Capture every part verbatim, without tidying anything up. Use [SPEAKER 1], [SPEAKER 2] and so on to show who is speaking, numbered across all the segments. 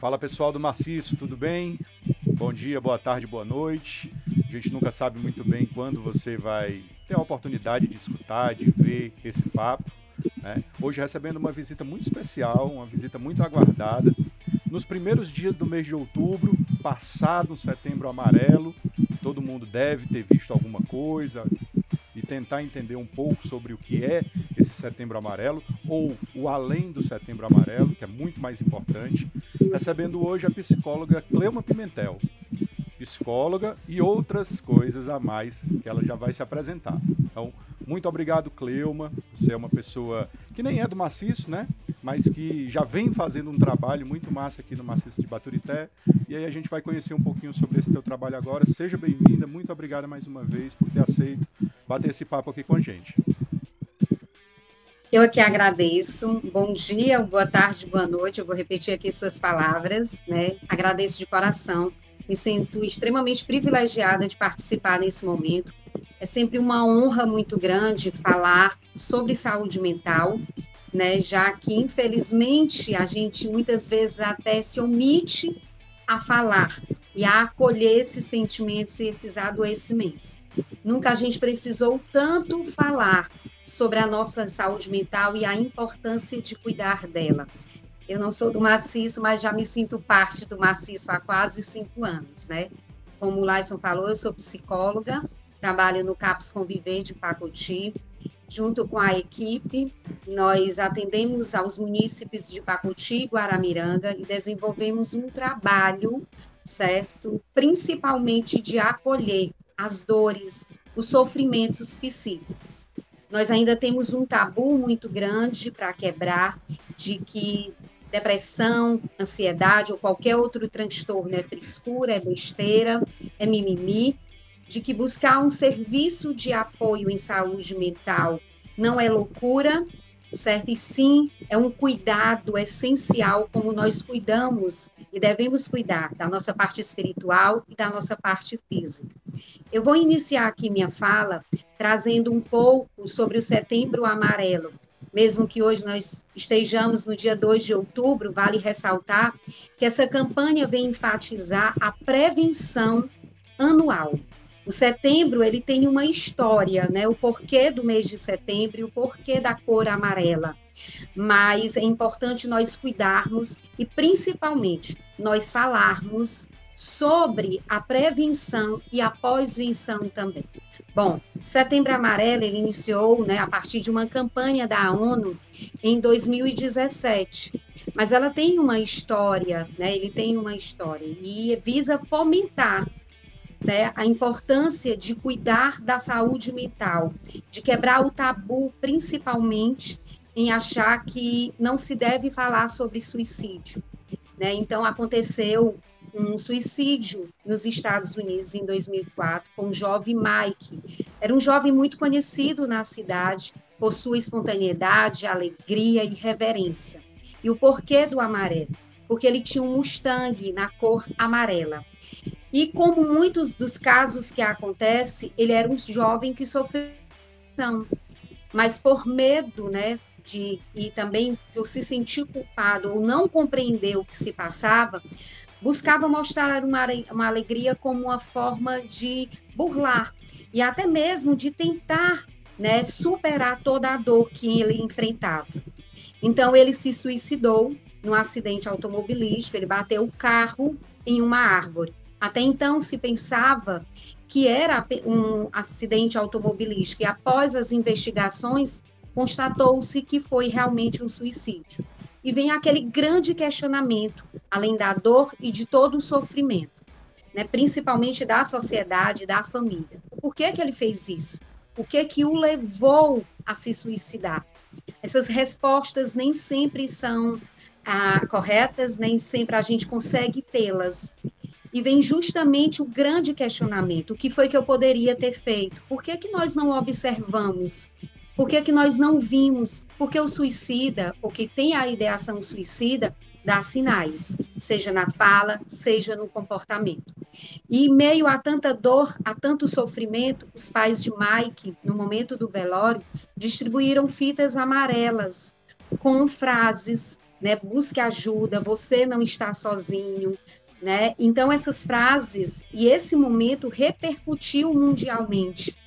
[SPEAKER 1] Fala pessoal do Maciço, tudo bem? Bom dia, boa tarde, boa noite. A gente nunca sabe muito bem quando você vai ter a oportunidade de escutar, de ver esse papo, né? Hoje recebendo uma visita muito especial, uma visita muito aguardada. Nos primeiros dias do mês de outubro, passado um setembro amarelo, todo mundo deve ter visto alguma coisa e tentar entender um pouco sobre o que é esse setembro amarelo ou o além do setembro amarelo, que é muito mais importante. Recebendo hoje a psicóloga Cleuma Pimentel, psicóloga e outras coisas a mais que ela já vai se apresentar. Então, muito obrigado, Cleuma. Você é uma pessoa que nem é do Maciço, né? Mas que já vem fazendo um trabalho muito massa aqui no Maciço de Baturité. E aí a gente vai conhecer um pouquinho sobre esse teu trabalho agora. Seja bem-vinda, muito obrigada mais uma vez por ter aceito bater esse papo aqui com a gente.
[SPEAKER 2] Eu aqui agradeço. Bom dia, boa tarde, boa noite. Eu vou repetir aqui suas palavras, né? Agradeço de coração. Me sinto extremamente privilegiada de participar nesse momento. É sempre uma honra muito grande falar sobre saúde mental, né? Já que, infelizmente, a gente muitas vezes até se omite a falar e a acolher esses sentimentos e esses adoecimentos. Nunca a gente precisou tanto falar sobre a nossa saúde mental e a importância de cuidar dela. Eu não sou do Maciço, mas já me sinto parte do Maciço há quase cinco anos, né? Como o Laison falou, eu sou psicóloga, trabalho no CAPS Conviver de Pacoti. Junto com a equipe, nós atendemos aos munícipes de Pacoti e Guaramiranga e desenvolvemos um trabalho, certo? Principalmente de acolher as dores, os sofrimentos psíquicos. Nós ainda temos um tabu muito grande para quebrar, de que depressão, ansiedade ou qualquer outro transtorno é frescura, é besteira, é mimimi, de que buscar um serviço de apoio em saúde mental não é loucura, certo? E sim, é um cuidado essencial, como nós cuidamos e devemos cuidar da nossa parte espiritual e da nossa parte física. Eu vou iniciar aqui minha fala trazendo um pouco sobre o Setembro Amarelo. Mesmo que hoje nós estejamos no dia dois de outubro, vale ressaltar que essa campanha vem enfatizar a prevenção anual. O setembro, ele tem uma história, né? O porquê do mês de setembro e o porquê da cor amarela. Mas é importante nós cuidarmos e, principalmente, nós falarmos sobre a prevenção e a pós-venção também. Bom, Setembro Amarelo ele iniciou, né, a partir de uma campanha da ONU em dois mil e dezessete, mas ela tem uma história, né, ele tem uma história e visa fomentar, né, a importância de cuidar da saúde mental, de quebrar o tabu, principalmente em achar que não se deve falar sobre suicídio, né? Então, aconteceu um suicídio nos Estados Unidos em dois mil e quatro com o jovem Mike. Era um jovem muito conhecido na cidade por sua espontaneidade, alegria e reverência. E o porquê do amarelo? Porque ele tinha um Mustang na cor amarela. E como muitos dos casos que acontecem, ele era um jovem que sofreu, mas por medo, né, de, e também por se sentir culpado ou não compreender o que se passava, buscava mostrar uma, uma alegria como uma forma de burlar e até mesmo de tentar, né, superar toda a dor que ele enfrentava. Então, ele se suicidou num acidente automobilístico, ele bateu o carro em uma árvore. Até então, se pensava que era um acidente automobilístico, e após as investigações, constatou-se que foi realmente um suicídio. E vem aquele grande questionamento, além da dor e de todo o sofrimento, né, principalmente da sociedade, da família. Por que que ele fez isso? O que que o levou a se suicidar? Essas respostas nem sempre são ah, corretas, nem sempre a gente consegue tê-las. E vem justamente o grande questionamento: o que foi que eu poderia ter feito? Por que que nós não observamos? Por que que nós não vimos? Porque o suicida, ou que tem a ideação suicida, dá sinais, seja na fala, seja no comportamento. E em meio a tanta dor, a tanto sofrimento, os pais de Mike, no momento do velório, distribuíram fitas amarelas com frases né? Busque ajuda, você não está sozinho, né? Então, essas frases e esse momento repercutiu mundialmente.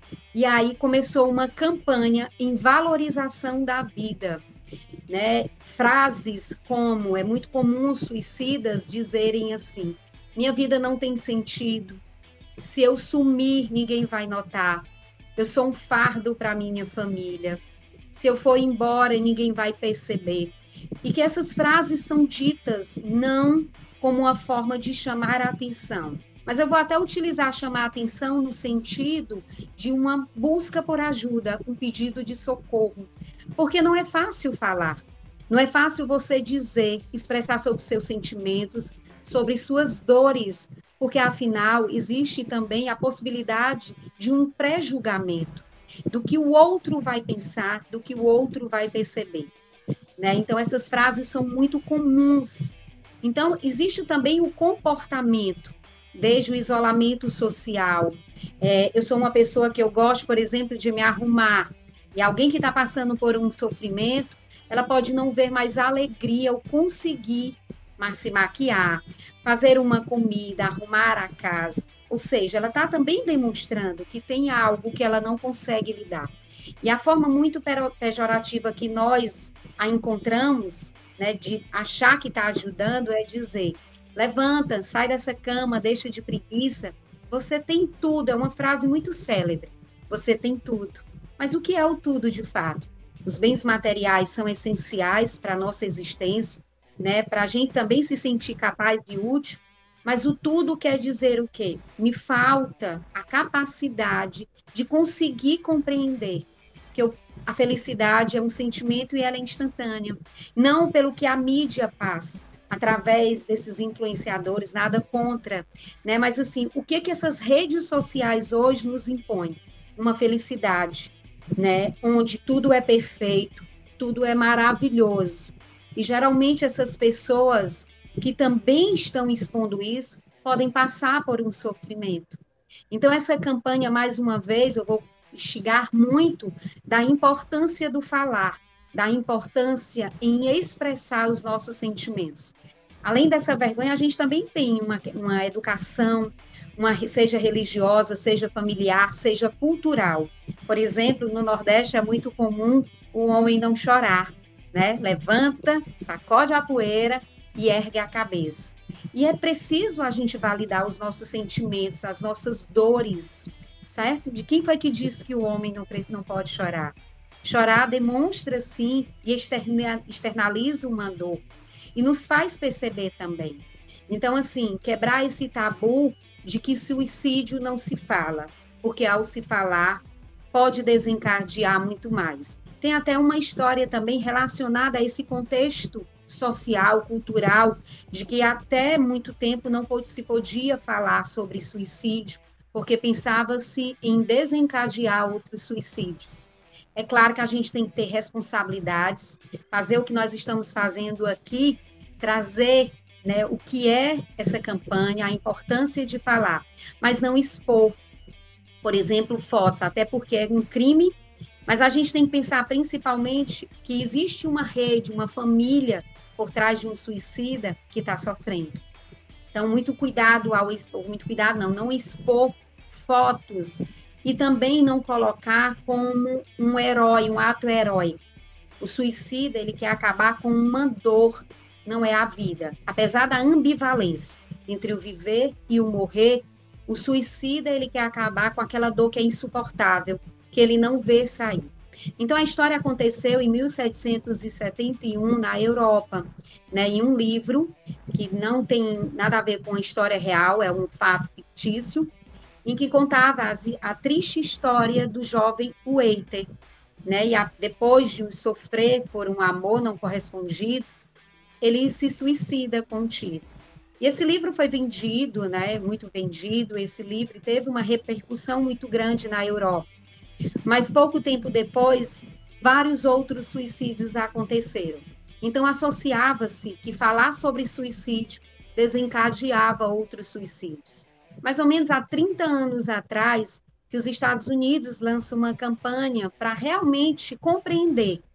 [SPEAKER 2] E aí começou uma campanha em valorização da vida, né? Frases como, é muito comum suicidas dizerem assim: minha vida não tem sentido, se eu sumir, ninguém vai notar, eu sou um fardo para minha família, se eu for embora, ninguém vai perceber. E que essas frases são ditas não como uma forma de chamar a atenção, mas eu vou até utilizar chamar a atenção no sentido de uma busca por ajuda, um pedido de socorro, porque não é fácil falar, não é fácil você dizer, expressar sobre seus sentimentos, sobre suas dores, porque afinal existe também a possibilidade de um pré-julgamento, do que o outro vai pensar, do que o outro vai perceber, né? Então, essas frases são muito comuns. Então, existe também o comportamento, desde o isolamento social. É, eu sou uma pessoa que eu gosto, por exemplo, de me arrumar, e alguém que está passando por um sofrimento, ela pode não ver mais alegria ou conseguir mas se maquiar, fazer uma comida, arrumar a casa. Ou seja, ela está também demonstrando que tem algo que ela não consegue lidar. E a forma muito pejorativa que nós a encontramos, né, de achar que está ajudando, é dizer: levanta, sai dessa cama, deixa de preguiça. Você tem tudo, é uma frase muito célebre. Você tem tudo. Mas o que é o tudo de fato? Os bens materiais são essenciais para a nossa existência, né, para a gente também se sentir capaz e útil, mas o tudo quer dizer o quê? Me falta a capacidade de conseguir compreender que eu, a felicidade é um sentimento e ela é instantânea, não pelo que a mídia passa, através desses influenciadores, nada contra, né? Mas assim, o que que essas redes sociais hoje nos impõem? Uma felicidade, né? Onde tudo é perfeito, tudo é maravilhoso. E geralmente essas pessoas que também estão expondo isso podem passar por um sofrimento. Então, essa campanha, mais uma vez, eu vou instigar muito da importância do falar, da importância em expressar os nossos sentimentos. Além dessa vergonha, a gente também tem uma, uma educação, uma, seja religiosa, seja familiar, seja cultural. Por exemplo, no Nordeste é muito comum o homem não chorar, né? Levanta, sacode a poeira e ergue a cabeça. E é preciso a gente validar os nossos sentimentos, as nossas dores, certo? De quem foi que disse que o homem não, não pode chorar? Chorar demonstra, sim, e externaliza uma dor. E nos faz perceber também. Então, assim, quebrar esse tabu de que suicídio não se fala, porque ao se falar, pode desencadear muito mais. Tem até uma história também relacionada a esse contexto social, cultural, de que até muito tempo não se podia falar sobre suicídio, porque pensava-se em desencadear outros suicídios. É claro que a gente tem que ter responsabilidades, fazer o que nós estamos fazendo aqui, trazer, né, o que é essa campanha, a importância de falar, mas não expor, por exemplo, fotos, até porque é um crime, mas a gente tem que pensar principalmente que existe uma rede, uma família por trás de um suicida que está sofrendo. Então, muito cuidado ao expor, muito cuidado não, não expor fotos e também não colocar como um herói, um ato heróico. O suicida, ele quer acabar com uma dor, não é a vida. Apesar da ambivalência entre o viver e o morrer, o suicida, ele quer acabar com aquela dor que é insuportável, que ele não vê sair. Então, a história aconteceu em mil setecentos e setenta e um, na Europa, né, em um livro que não tem nada a ver com a história real, é um fato fictício, em que contava a, a triste história do jovem Werther, né, e a, depois de sofrer por um amor não correspondido, ele se suicida com um tiro. E esse livro foi vendido, né, muito vendido, esse livro teve uma repercussão muito grande na Europa. Mas pouco tempo depois, vários outros suicídios aconteceram. Então, associava-se que falar sobre suicídio desencadeava outros suicídios. Mais ou menos há trinta anos atrás, que os Estados Unidos lançam uma campanha para realmente compreender,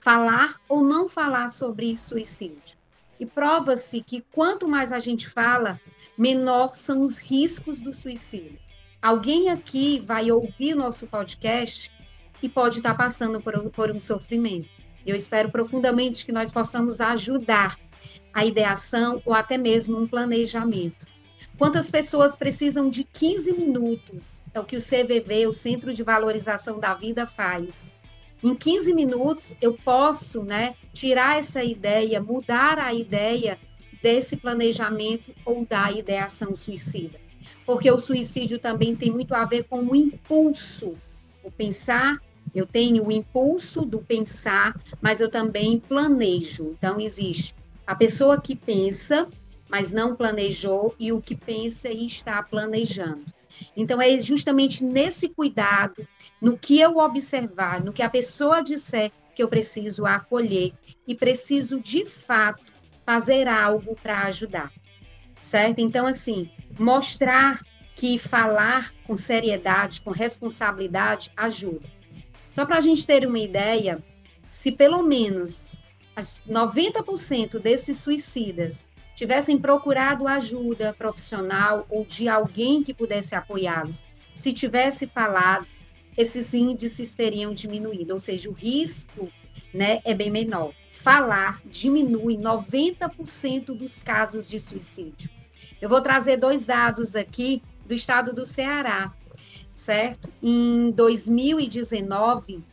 [SPEAKER 2] falar ou não falar sobre suicídio. E prova-se que quanto mais a gente fala, menor são os riscos do suicídio. Alguém aqui vai ouvir nosso podcast e pode estar passando por, por um sofrimento. Eu espero profundamente que nós possamos ajudar a ideação ou até mesmo um planejamento. Quantas pessoas precisam de quinze minutos? É o que o C V V, o Centro de Valorização da Vida, faz. Em quinze minutos, eu posso, né, tirar essa ideia, mudar a ideia desse planejamento ou da ideação suicida. Porque o suicídio também tem muito a ver com o impulso. O pensar, eu tenho o impulso do pensar, mas eu também planejo. Então, existe a pessoa que pensa, mas não planejou, e o que pensa e está planejando. Então, é justamente nesse cuidado, no que eu observar, no que a pessoa disser, que eu preciso acolher e preciso, de fato, fazer algo para ajudar, certo? Então, assim, mostrar que falar com seriedade, com responsabilidade, ajuda. Só para a gente ter uma ideia, se pelo menos noventa por cento desses suicidas tivessem procurado ajuda profissional ou de alguém que pudesse apoiá-los, se tivesse falado, esses índices teriam diminuído, ou seja, o risco, né, é bem menor. Falar diminui noventa por cento dos casos de suicídio. Eu vou trazer dois dados aqui do estado do Ceará, certo? Em dois mil e dezenove,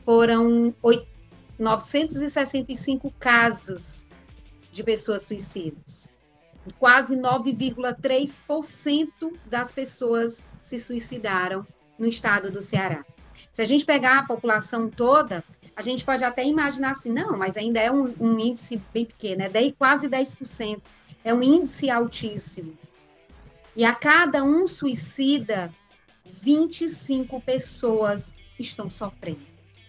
[SPEAKER 2] foram novecentos e sessenta e cinco casos de pessoas suicidas. Quase nove vírgula três por cento das pessoas se suicidaram no estado do Ceará. Se a gente pegar a população toda, a gente pode até imaginar assim, não, mas ainda é um, um índice bem pequeno, é dez, quase dez por cento. É um índice altíssimo. E a cada um suicida, vinte e cinco pessoas estão sofrendo.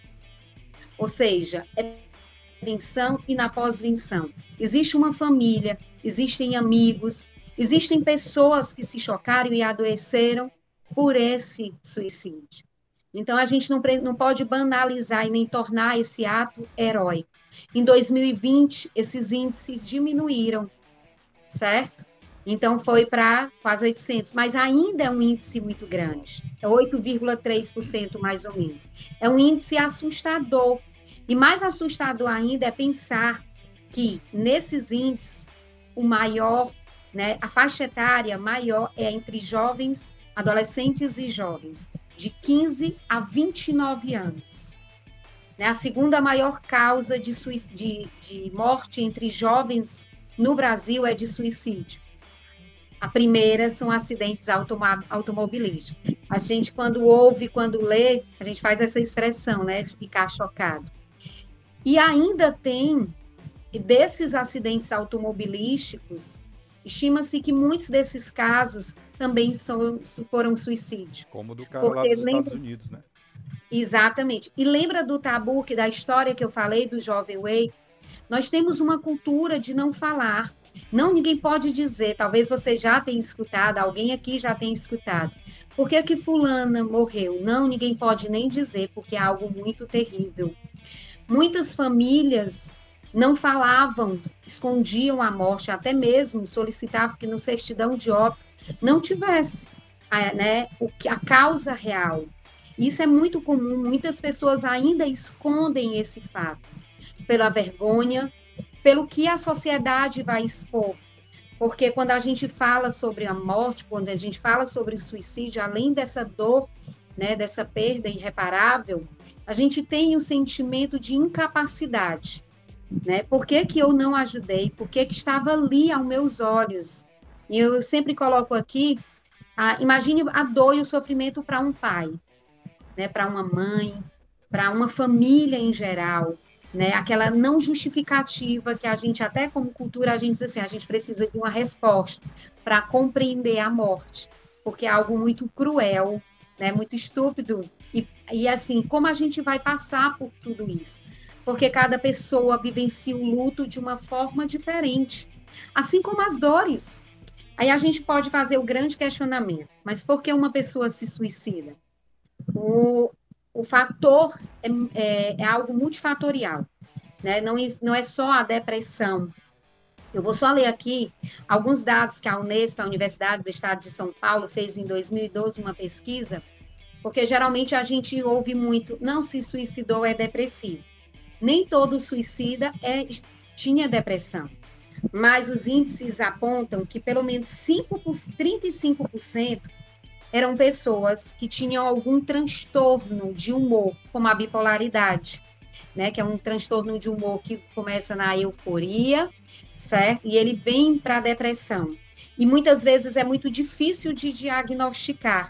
[SPEAKER 2] Ou seja, é prevenção e na pós-venção. Existe uma família, existem amigos, existem pessoas que se chocaram e adoeceram por esse suicídio. Então, a gente não, não pode banalizar e nem tornar esse ato heróico. Em dois mil e vinte, esses índices diminuíram, certo? Então, foi para quase oitocentos, mas ainda é um índice muito grande. É oito vírgula três por cento, mais ou menos. É um índice assustador. E mais assustador ainda é pensar que, nesses índices, o maior, né, a faixa etária maior é entre jovens, adolescentes e jovens, de quinze a vinte e nove anos. Né, a segunda maior causa de, de, de morte entre jovens no Brasil é de suicídio. A primeira são acidentes automobilísticos. A gente, quando ouve, quando lê, a gente faz essa expressão, né, de ficar chocado. E ainda tem, desses acidentes automobilísticos, estima-se que muitos desses casos também são, foram suicídio.
[SPEAKER 1] Como o do cara lá dos lembra... Estados Unidos, né?
[SPEAKER 2] Exatamente. E lembra do tabu, que da história que eu falei do jovem Way? Nós temos uma cultura de não falar. Não, ninguém pode dizer, talvez você já tenha escutado, alguém aqui já tenha escutado. Por que que fulana morreu? Não, ninguém pode nem dizer, porque é algo muito terrível. Muitas famílias não falavam, escondiam a morte, até mesmo solicitavam que no certidão de óbito não tivesse a, né, a causa real. Isso é muito comum, muitas pessoas ainda escondem esse fato, pela vergonha, pelo que a sociedade vai expor. Porque quando a gente fala sobre a morte, quando a gente fala sobre o suicídio, além dessa dor, né, dessa perda irreparável, a gente tem um sentimento de incapacidade, né? Por que que eu não ajudei? Por que que estava ali aos meus olhos? E eu sempre coloco aqui, a, imagine a dor e o sofrimento para um pai, né? Para uma mãe, para uma família em geral, né? Aquela não justificativa que a gente, até como cultura, a gente diz assim, a gente precisa de uma resposta para compreender a morte, porque é algo muito cruel, né? Muito estúpido. E, e assim, como a gente vai passar por tudo isso? Porque cada pessoa vivencia o luto de uma forma diferente, assim como as dores. Aí a gente pode fazer o grande questionamento, mas por que uma pessoa se suicida? O, o fator é, é, é algo multifatorial. né? Não, não é só a depressão. Eu vou só ler aqui alguns dados que a Unesp, a Universidade do Estado de São Paulo, fez em dois mil e doze uma pesquisa, porque geralmente a gente ouve muito, não se suicidou é depressivo. Nem todo suicida é, tinha depressão, mas os índices apontam que pelo menos cinco por, trinta e cinco por cento eram pessoas que tinham algum transtorno de humor, como a bipolaridade, né, que é um transtorno de humor que começa na euforia, certo? E ele vem para a depressão. E muitas vezes é muito difícil de diagnosticar,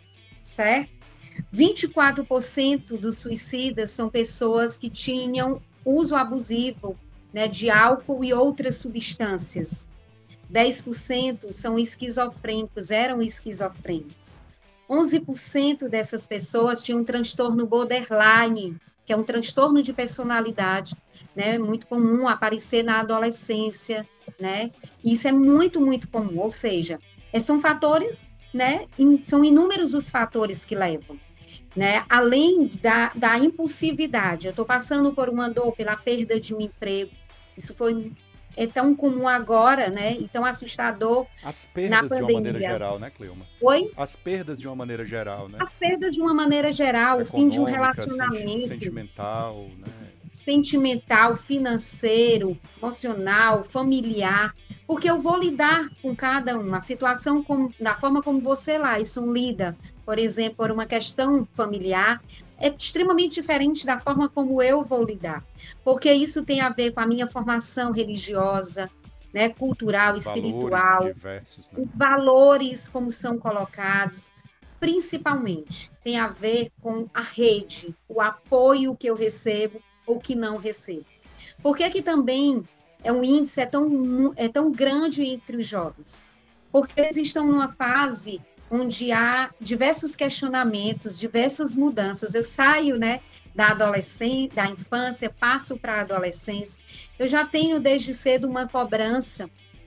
[SPEAKER 2] certo? vinte e quatro por cento dos suicidas são pessoas que tinham uso abusivo, né, de álcool e outras substâncias. dez por cento são esquizofrênicos, eram esquizofrênicos. onze por cento dessas pessoas tinham um transtorno borderline, que é um transtorno de personalidade, né, muito comum aparecer na adolescência, né? Isso é muito, muito comum, ou seja, são fatores, né, são inúmeros os fatores que levam, né? Além da, da impulsividade, eu estou passando por uma dor, pela perda de um emprego, isso foi é tão comum agora, né? E tão assustador
[SPEAKER 1] As
[SPEAKER 2] na
[SPEAKER 1] perdas de uma maneira
[SPEAKER 2] pandemia.
[SPEAKER 1] geral, né, Cleuma?
[SPEAKER 2] Oi?
[SPEAKER 1] As perdas de uma maneira geral, né?
[SPEAKER 2] A perda de uma maneira geral, o fim de um
[SPEAKER 1] Econômica, senti
[SPEAKER 2] relacionamento,
[SPEAKER 1] sentimental, né?
[SPEAKER 2] sentimental, financeiro, emocional, familiar, porque eu vou lidar com cada uma, a situação como, da forma como você, Laison, lida, por exemplo, por uma questão familiar, é extremamente diferente da forma como eu vou lidar, porque isso tem a ver com a minha formação religiosa, né, cultural,
[SPEAKER 1] Os valores
[SPEAKER 2] espiritual,
[SPEAKER 1] diversos, né?
[SPEAKER 2] os valores como são colocados, principalmente tem a ver com a rede, o apoio que eu recebo ou que não recebo. Por que que também é um índice é tão, é tão grande entre os jovens? Porque eles estão numa fase onde há diversos questionamentos, diversas mudanças. Eu saio, né, da adolescência, da infância, passo para a adolescência. Eu já tenho desde cedo uma cobrança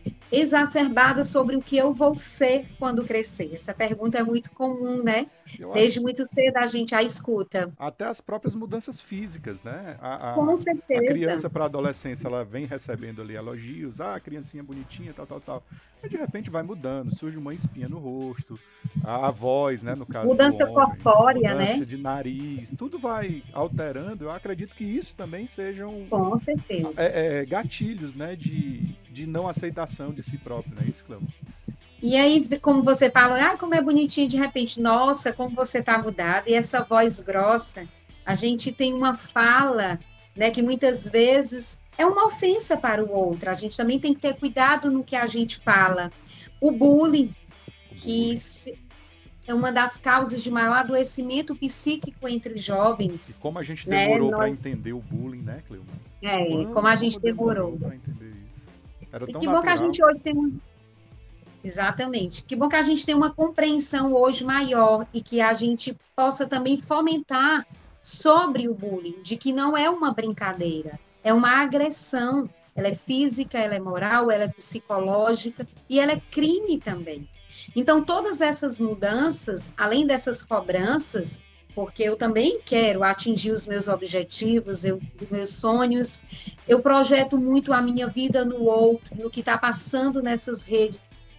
[SPEAKER 2] exacerbada sobre o que eu vou ser quando crescer. Essa pergunta é muito comum, né?
[SPEAKER 1] Eu acho
[SPEAKER 2] Desde muito cedo a gente a escuta.
[SPEAKER 1] até as próprias mudanças físicas, né? A, a,
[SPEAKER 2] Com
[SPEAKER 1] a
[SPEAKER 2] certeza.
[SPEAKER 1] criança para a adolescência, ela vem recebendo ali elogios, ah, criancinha bonitinha, tal, tal, tal. E de repente vai mudando, surge uma espinha no rosto, a, a voz, né, no caso do
[SPEAKER 2] Mudança
[SPEAKER 1] homem,
[SPEAKER 2] corpórea,
[SPEAKER 1] mudança
[SPEAKER 2] né?
[SPEAKER 1] de nariz, tudo vai alterando. Eu acredito que isso também sejam
[SPEAKER 2] Com certeza.
[SPEAKER 1] é, é, gatilhos, né, de, de não aceitação de si próprio, né? Isso, Cleo?
[SPEAKER 2] E aí, como você fala, ai, como é bonitinho, de repente, nossa, como você está mudada, e essa voz grossa, a gente tem uma fala, né, que muitas vezes é uma ofensa para o outro, a gente também tem que ter cuidado no que a gente fala. O bullying,
[SPEAKER 1] O
[SPEAKER 2] que
[SPEAKER 1] bullying.
[SPEAKER 2] é uma das causas de maior adoecimento psíquico entre os
[SPEAKER 1] E
[SPEAKER 2] jovens,
[SPEAKER 1] como a gente
[SPEAKER 2] né,
[SPEAKER 1] demorou para
[SPEAKER 2] nós,
[SPEAKER 1] entender o bullying, né, Cleo?
[SPEAKER 2] é, como
[SPEAKER 1] Quando,
[SPEAKER 2] a
[SPEAKER 1] como
[SPEAKER 2] gente
[SPEAKER 1] demorou
[SPEAKER 2] demorou.
[SPEAKER 1] para entender isso? Era
[SPEAKER 2] E
[SPEAKER 1] tão
[SPEAKER 2] que bom que a
[SPEAKER 1] natural.
[SPEAKER 2] gente hoje tem um Exatamente. Que bom que a gente tem uma compreensão hoje maior e que a gente possa também fomentar sobre o bullying, de que não é uma brincadeira, é uma agressão. Ela é física, ela é moral, ela é psicológica e ela é crime também. Então, todas essas mudanças, além dessas cobranças, porque eu também quero atingir os meus objetivos, eu, os meus sonhos, eu projeto muito a minha vida no outro, no que está passando nessas redes,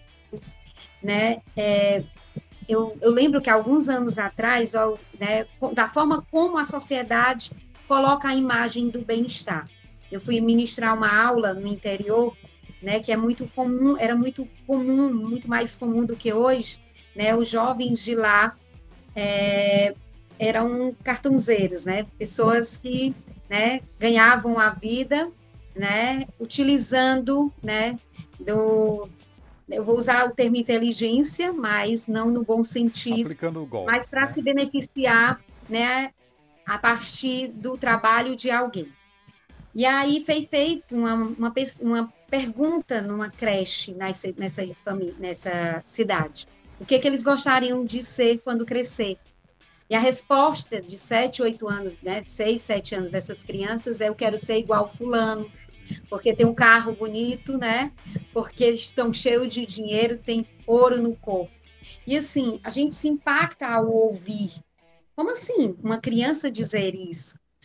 [SPEAKER 2] né? É, eu, eu, lembro que alguns anos atrás, ó, né, da forma como a sociedade coloca a imagem do bem-estar. Eu fui ministrar uma aula no interior, né, que é muito comum, era muito comum, muito mais comum do que hoje, né? Os jovens de lá é, eram cartãozeiros, né? Pessoas que, né, ganhavam a vida, né, utilizando, né, do eu vou usar o termo inteligência, mas não no bom sentido,
[SPEAKER 1] Aplicando
[SPEAKER 2] mas
[SPEAKER 1] golpes,
[SPEAKER 2] para
[SPEAKER 1] né?
[SPEAKER 2] se beneficiar, né, a partir do trabalho de alguém. E aí foi feita uma, uma, uma pergunta numa creche nessa, nessa, nessa cidade. O que, que eles gostariam de ser quando crescer? E a resposta de sete, oito anos, né, de seis, sete anos dessas crianças é: eu quero ser igual fulano, porque tem um carro bonito, né? Porque estão cheios de dinheiro, tem ouro no corpo. E assim, a gente se impacta ao ouvir. Como assim uma criança dizer isso?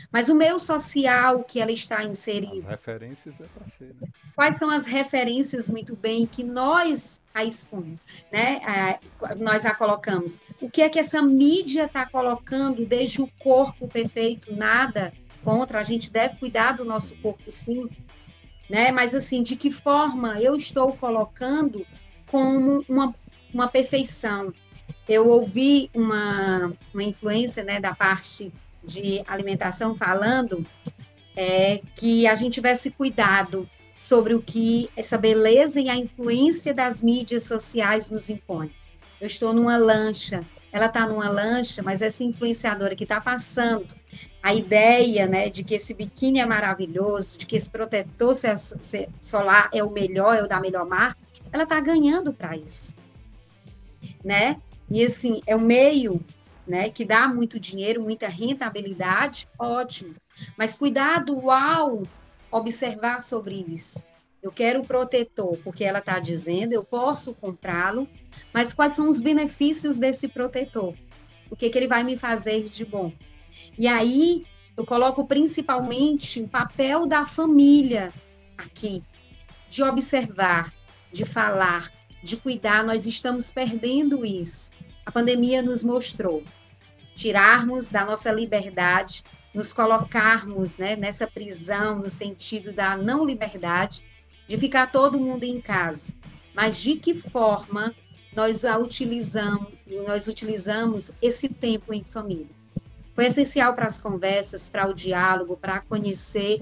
[SPEAKER 2] Mas o meio social que ela está
[SPEAKER 1] As
[SPEAKER 2] inserida,
[SPEAKER 1] referências é para ser, né?
[SPEAKER 2] quais são as referências muito bem que nós a expomos, né? A, nós a colocamos. O que é que essa mídia está colocando desde o corpo perfeito? Nada contra, a gente deve cuidar do nosso
[SPEAKER 1] Sim.
[SPEAKER 2] corpo, sim, né? Mas assim, de que forma eu estou colocando como uma, uma perfeição? Eu ouvi uma, uma influência, né, da parte de alimentação falando é, que a gente tivesse cuidado sobre o que essa beleza e a influência das mídias sociais nos impõe. Eu estou numa lancha, ela está numa lancha, mas essa influenciadora que está passando a ideia, né, de que esse biquíni é maravilhoso, de que esse protetor solar é o melhor, é o da melhor marca, ela está ganhando para isso, né? E assim, é um meio, né, que dá muito dinheiro, muita rentabilidade, ótimo. Mas cuidado ao observar sobre isso. Eu quero o protetor, porque ela está dizendo, eu posso comprá-lo, mas quais são os benefícios desse protetor? O que, que ele vai me fazer de bom? E aí eu coloco principalmente o papel da família aqui, de observar, de falar, de cuidar, nós estamos perdendo isso. A pandemia nos mostrou. Tirarmos da nossa liberdade, nos colocarmos, né, nessa prisão, no sentido da não liberdade, de ficar todo mundo em casa. Mas de que forma nós a utilizamos, nós utilizamos esse tempo em família? Foi essencial para as conversas, para o diálogo, para conhecer.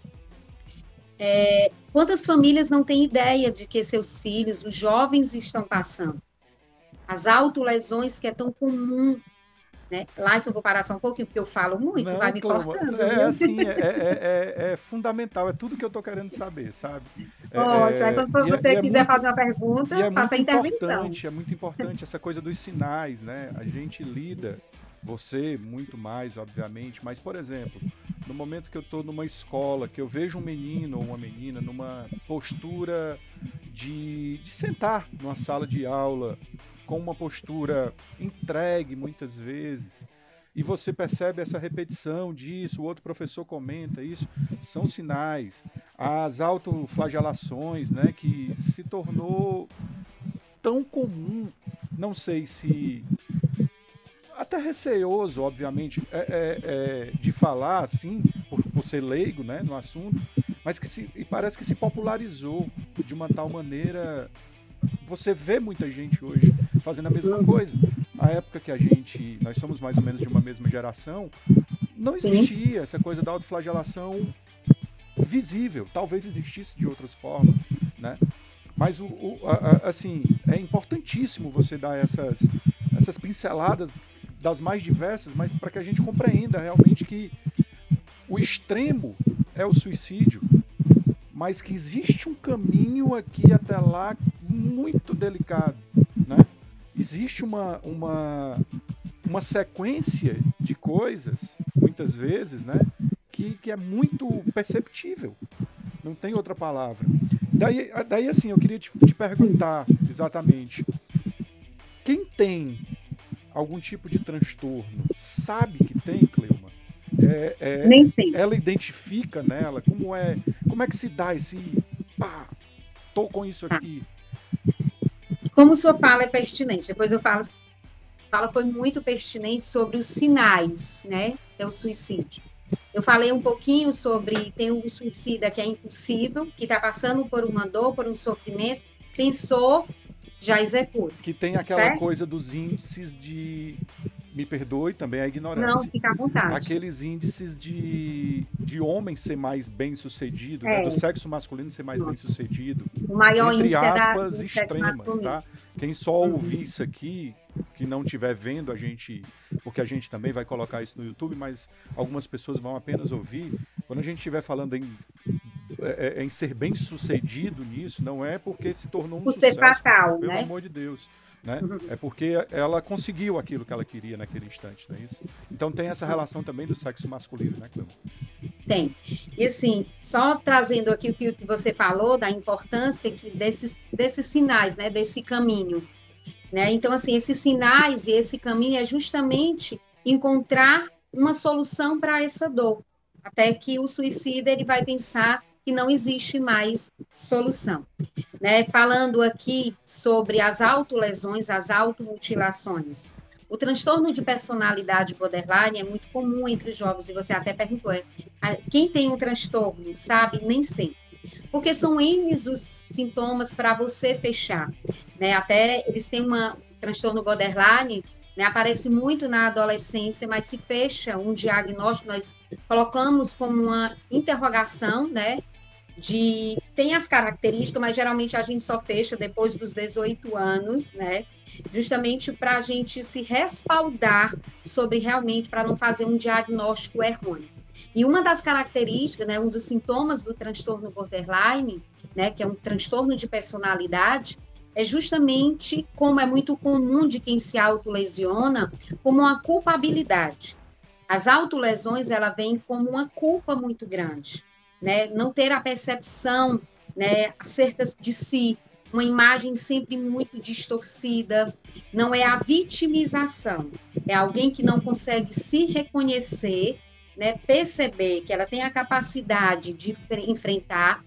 [SPEAKER 2] É, quantas famílias não têm ideia de que seus filhos, os jovens, estão passando? As autolesões que é tão comum, né? Lá, se eu vou parar só um pouquinho, porque eu falo muito, vai
[SPEAKER 1] Não,
[SPEAKER 2] me
[SPEAKER 1] Cleuma,
[SPEAKER 2] cortando,
[SPEAKER 1] é
[SPEAKER 2] viu?
[SPEAKER 1] assim, é, é, é, é fundamental, é tudo que eu estou querendo saber, sabe?
[SPEAKER 2] Ótimo. Aí,
[SPEAKER 1] É, é,
[SPEAKER 2] quando
[SPEAKER 1] e, é, e
[SPEAKER 2] você
[SPEAKER 1] é
[SPEAKER 2] quiser
[SPEAKER 1] muito,
[SPEAKER 2] fazer uma
[SPEAKER 1] e
[SPEAKER 2] pergunta,
[SPEAKER 1] é
[SPEAKER 2] faça a
[SPEAKER 1] muito
[SPEAKER 2] intervenção.
[SPEAKER 1] importante, é muito importante essa coisa dos sinais, né? A gente lida, você muito mais, obviamente, mas, por exemplo, no momento que eu estou numa escola, que eu vejo um menino ou uma menina numa postura de, de sentar numa sala de aula, com uma postura entregue muitas vezes, e você percebe essa repetição disso, o outro professor comenta isso, são sinais. As autoflagelações, né, que se tornou tão comum, não sei se até receoso, obviamente, é, é, é, de falar assim, por, por ser leigo, né, no assunto, mas que se, e parece que se popularizou de uma tal maneira. Você vê muita gente hoje fazendo a mesma coisa. A época que a gente, nós somos mais ou menos de uma mesma geração, não
[SPEAKER 2] Sim.
[SPEAKER 1] existia essa coisa da autoflagelação visível. Talvez existisse de outras formas, né? Mas o, o, a, a, assim, é importantíssimo você dar essas, essas pinceladas das mais diversas, mas para que a gente compreenda realmente que o extremo é o suicídio, mas que existe um caminho aqui até lá muito delicado, né? Existe uma, uma, uma sequência de coisas, muitas vezes, né? Que, que é muito perceptível. Não tem outra palavra. Daí, daí assim, eu queria te, te perguntar exatamente. Quem tem algum tipo de transtorno sabe que tem, Cleuma? É, é,
[SPEAKER 2] Nem sei.
[SPEAKER 1] ela identifica nela como é, como é que se dá esse pá, tô com isso aqui.
[SPEAKER 2] Como sua fala é pertinente, depois eu falo, fala foi muito pertinente sobre os sinais, né? É o suicídio. Eu falei um pouquinho sobre tem um suicida que é impossível, que está passando por uma dor, por um sofrimento, pensou, já executa.
[SPEAKER 1] Que tem aquela
[SPEAKER 2] certo?
[SPEAKER 1] coisa dos índices de, me perdoe também a
[SPEAKER 2] Não,
[SPEAKER 1] ignorância,
[SPEAKER 2] fica à vontade.
[SPEAKER 1] aqueles índices de, de homem ser mais bem sucedido,
[SPEAKER 2] É.
[SPEAKER 1] né, do sexo masculino ser mais bem sucedido,
[SPEAKER 2] O maior
[SPEAKER 1] entre
[SPEAKER 2] índice é da,
[SPEAKER 1] aspas
[SPEAKER 2] do sexo
[SPEAKER 1] extremas,
[SPEAKER 2] masculino.
[SPEAKER 1] tá? Quem só ouvir isso aqui, que não estiver vendo a gente, porque a gente também vai colocar isso no YouTube, mas algumas pessoas vão apenas ouvir. Quando a gente estiver falando em, é, em ser bem sucedido nisso, não é porque se tornou um
[SPEAKER 2] Por ser
[SPEAKER 1] sucesso,
[SPEAKER 2] fatal,
[SPEAKER 1] pelo
[SPEAKER 2] né?
[SPEAKER 1] amor de Deus. Né? É porque ela conseguiu aquilo que ela queria naquele instante, não é isso? Então tem essa relação também do sexo masculino, né, Cleuma?
[SPEAKER 2] Tem. E assim, só trazendo aqui o que você falou, da importância que desses, desses sinais, né, desse caminho. Né? Então, assim, esses sinais e esse caminho é justamente encontrar uma solução para essa dor. até que o suicida ele vai pensar que não existe mais solução. Né? Falando aqui sobre as autolesões, as automutilações. O transtorno de personalidade borderline é muito comum entre os jovens, e você até perguntou, é, quem tem um transtorno, sabe? Nem sempre. Porque são N os sintomas para você fechar. Né? Até eles têm uma, um transtorno borderline, né? Aparece muito na adolescência, mas se fecha um diagnóstico, nós colocamos como uma interrogação, né? De, tem as características, mas geralmente a gente só fecha depois dos dezoito anos, né? Justamente para a gente se respaldar sobre realmente, para não fazer um diagnóstico errôneo. E uma das características, né, um dos sintomas do transtorno borderline, né, que é um transtorno de personalidade, é justamente, como é muito comum de quem se autolesiona, como uma culpabilidade. As autolesões, ela vem como uma culpa muito grande. Né, não ter a percepção, né, acerca de si, uma imagem sempre muito distorcida, não é a vitimização, é alguém que não consegue se reconhecer, né, perceber que ela tem a capacidade de enfrentar,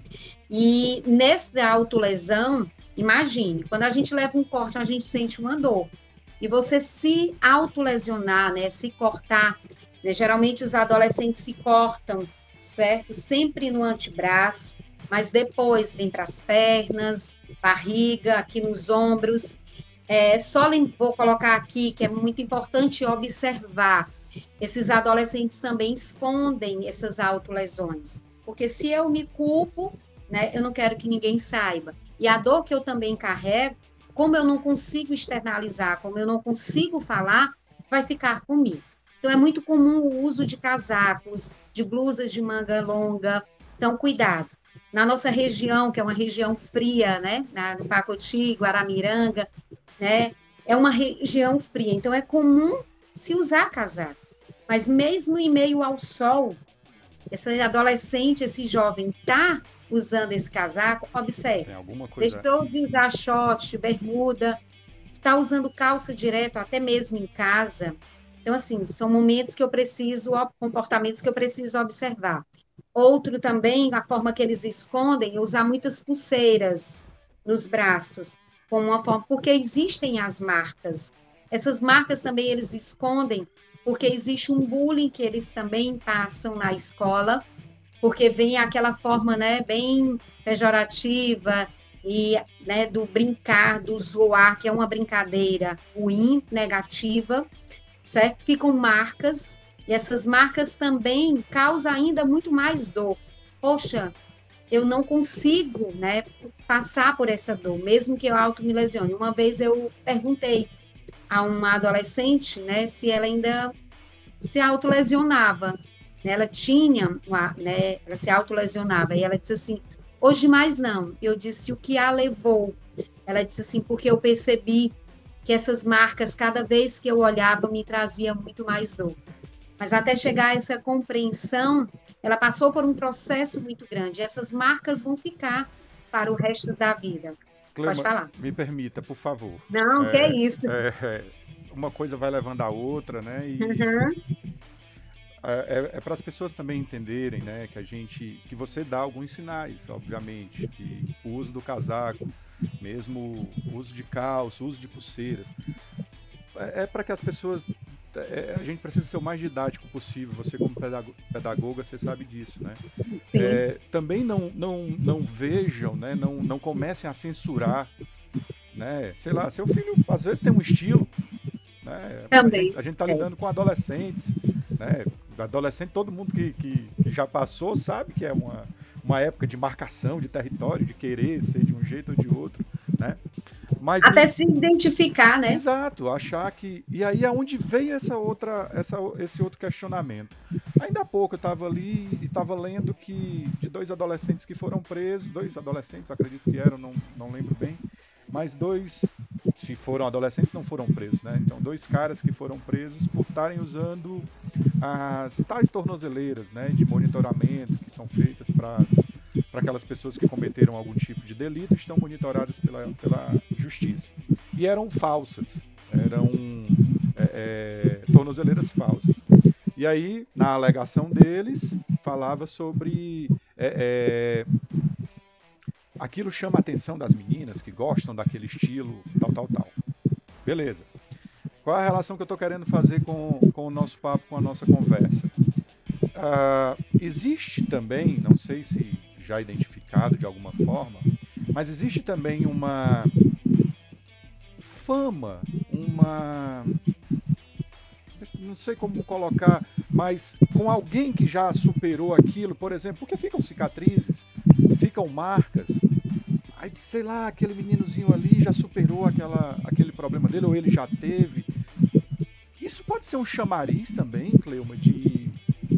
[SPEAKER 2] e nessa autolesão, imagine, quando a gente leva um corte, a gente sente uma dor, e você se autolesionar, né, se cortar, né, geralmente os adolescentes se cortam, certo? Sempre no antebraço, mas depois vem para as pernas, barriga, aqui nos ombros. É, só vou colocar aqui que é muito importante observar. Esses adolescentes também escondem essas autolesões, porque se eu me culpo, né, eu não quero que ninguém saiba. E a dor que eu também carrego, como eu não consigo externalizar, como eu não consigo falar, vai ficar comigo. Então, é muito comum o uso de casacos, de blusas de manga longa. Então, cuidado. Na nossa região, que é uma região fria, né? No Pacoti, Guaramiranga, né? É uma região fria. Então, é comum se usar casaco. Mas mesmo em meio ao sol, esse adolescente, esse jovem está usando esse casaco, observe.
[SPEAKER 1] Tem alguma coisa...
[SPEAKER 2] Deixou de usar short, bermuda, está usando calça direto, até mesmo em casa. Então, assim, são momentos que eu preciso, comportamentos que eu preciso observar. Outro também, a forma que eles escondem, usar muitas pulseiras nos braços, como uma forma, porque existem as marcas. Essas marcas também eles escondem, porque existe um bullying que eles também passam na escola, porque vem aquela forma, né, bem pejorativa, e, né, do brincar, do zoar, que é uma brincadeira ruim, negativa, certo? Ficam marcas, e essas marcas também causam ainda muito mais dor. Poxa, eu não consigo, né, passar por essa dor, mesmo que eu auto me lesione. Uma vez eu perguntei a uma adolescente, né, se ela ainda se autolesionava. Ela tinha, uma, né, ela se autolesionava, e ela disse assim, hoje mais não. Eu disse, o que a levou? Ela disse assim, porque eu percebi que essas marcas, cada vez que eu olhava, me trazia muito mais dor. Mas até chegar a essa compreensão, ela passou por um processo muito grande. Essas marcas vão ficar para o resto da vida.
[SPEAKER 1] Clema,
[SPEAKER 2] pode falar.
[SPEAKER 1] Me permita, por favor.
[SPEAKER 2] Não, é, que é isso.
[SPEAKER 1] É, uma coisa vai levando a outra, né? E
[SPEAKER 2] uhum.
[SPEAKER 1] é, é para as pessoas também entenderem, né, que a gente, que você dá alguns sinais, obviamente, que o uso do casaco, mesmo o uso de calça, o uso de pulseiras, é, é para que as pessoas, é, a gente precisa ser o mais didático possível. Você como pedagoga, você sabe disso, né? É, também não, não, não vejam, né, não, não comecem a censurar, né? Sei lá, seu filho às vezes tem um estilo, né?
[SPEAKER 2] Também.
[SPEAKER 1] A gente está lidando com adolescentes, né? Adolescente, todo mundo que, que, que já passou sabe que é uma, uma época de marcação de território, de querer ser de um jeito ou de outro, né? Mas
[SPEAKER 2] até ele... se identificar, né?
[SPEAKER 1] Exato, achar que... E aí é onde vem essa outra, essa, esse outro questionamento. Ainda há pouco eu estava ali e estava lendo que de dois adolescentes que foram presos, dois adolescentes, acredito que eram, não, não lembro bem, mas dois, se foram adolescentes, não foram presos, né? Então, dois caras que foram presos por estarem usando as tais tornozeleiras, né, de monitoramento que são feitas para aquelas pessoas que cometeram algum tipo de delito e estão monitoradas pela, pela justiça. E eram falsas, eram é, é, tornozeleiras falsas. E E aí, na alegação deles, falava sobre... É, é, aquilo chama a atenção das meninas que gostam daquele estilo, tal, tal, tal. Beleza. Qual é a relação que eu estou querendo fazer com, com o nosso papo, com a nossa conversa? Uh, existe também, não sei se já identificado de alguma forma, mas existe também uma fama, uma... não sei como colocar, mas com alguém que já superou aquilo, por exemplo, porque ficam cicatrizes, ficam marcas. Aí, sei lá, aquele meninozinho ali já superou aquela, aquele problema dele, ou ele já teve. Isso pode ser um chamariz também, Cleuma, de,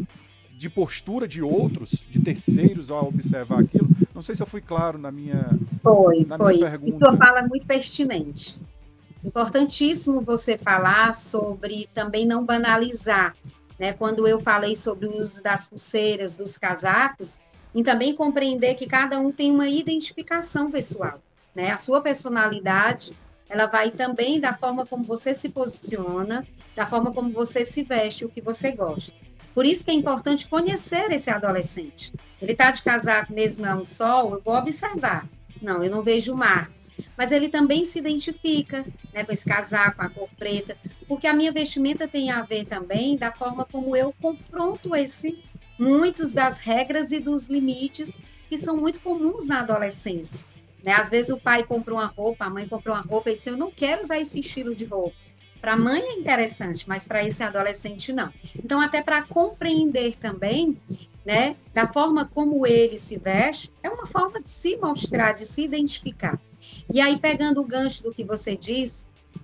[SPEAKER 1] de postura de outros, de terceiros ao observar aquilo? Não sei se eu fui claro na minha,
[SPEAKER 2] foi,
[SPEAKER 1] na
[SPEAKER 2] foi.
[SPEAKER 1] minha pergunta.
[SPEAKER 2] E sua fala é muito pertinente. Importantíssimo você falar sobre também não banalizar, né? Quando eu falei sobre o uso das pulseiras, dos casacos, e também compreender que cada um tem uma identificação pessoal, né? A sua personalidade, ela vai também da forma como você se posiciona, da forma como você se veste, o que você gosta. Por isso que é importante conhecer esse adolescente. Ele está de casaco mesmo ao sol, eu vou observar. Não, eu não vejo marcas. Mas ele também se identifica, né, com esse casaco, com a cor preta, porque a minha vestimenta tem a ver também da forma como eu confronto esse, muitos das regras e dos limites que são muito comuns na adolescência. Né? Às vezes o pai compra uma roupa, a mãe compra uma roupa e diz, eu não quero usar esse estilo de roupa. Para a mãe é interessante, mas para esse adolescente não. Então, até para compreender também, né, da forma como ele se veste, é uma forma de se mostrar, de se identificar. E aí, pegando o gancho do que você diz,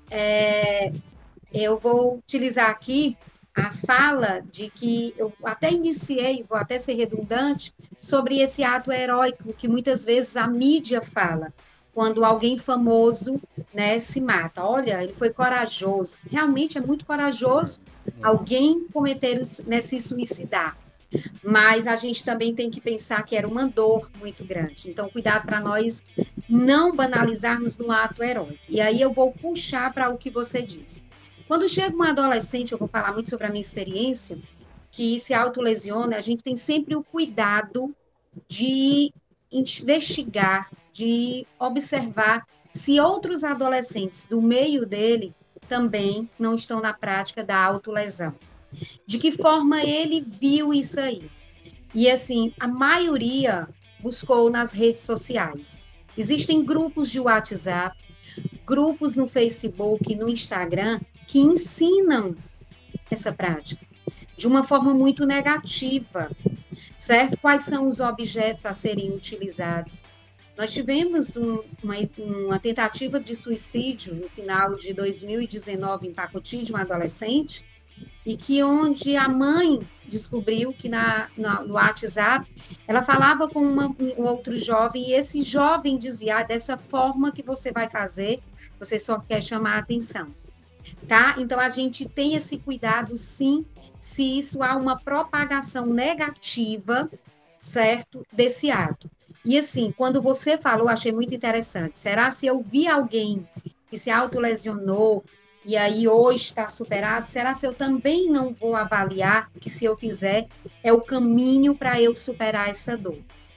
[SPEAKER 2] é, eu vou utilizar aqui a fala de que eu até iniciei, vou até ser redundante, sobre esse ato heróico que muitas vezes a mídia fala, quando alguém famoso, né, se mata. Olha, ele foi corajoso. Realmente é muito corajoso alguém cometer, né, se suicidar. Mas a gente também tem que pensar que era uma dor muito grande. Então, cuidado para nós não banalizarmos no ato heróico. E aí eu vou puxar para o que você disse. Quando chega uma adolescente, eu vou falar muito sobre a minha experiência, que se autolesiona, a gente tem sempre o cuidado de investigar, de observar se outros adolescentes do meio dele também não estão na prática da autolesão. De que forma ele viu isso aí? E, assim, a maioria buscou nas redes sociais. Existem grupos de WhatsApp, grupos no Facebook, no Instagram, que ensinam essa prática de uma forma muito negativa, certo? Quais são os objetos a serem utilizados? Nós tivemos um, uma, uma tentativa de suicídio no final de dois mil e dezenove em Pacotinho, de um adolescente, e que onde a mãe descobriu que na, na, no WhatsApp ela falava com uma, um outro jovem, e esse jovem dizia, ah, dessa forma que você vai fazer, você só quer chamar a atenção. Tá? Então, a gente tem esse cuidado, sim, se isso há uma propagação negativa, certo, desse ato. E, assim, quando você falou, achei muito interessante, será se eu vi alguém que se autolesionou e aí hoje está superado, será se eu também não vou avaliar que se eu fizer é o caminho para eu superar essa dor,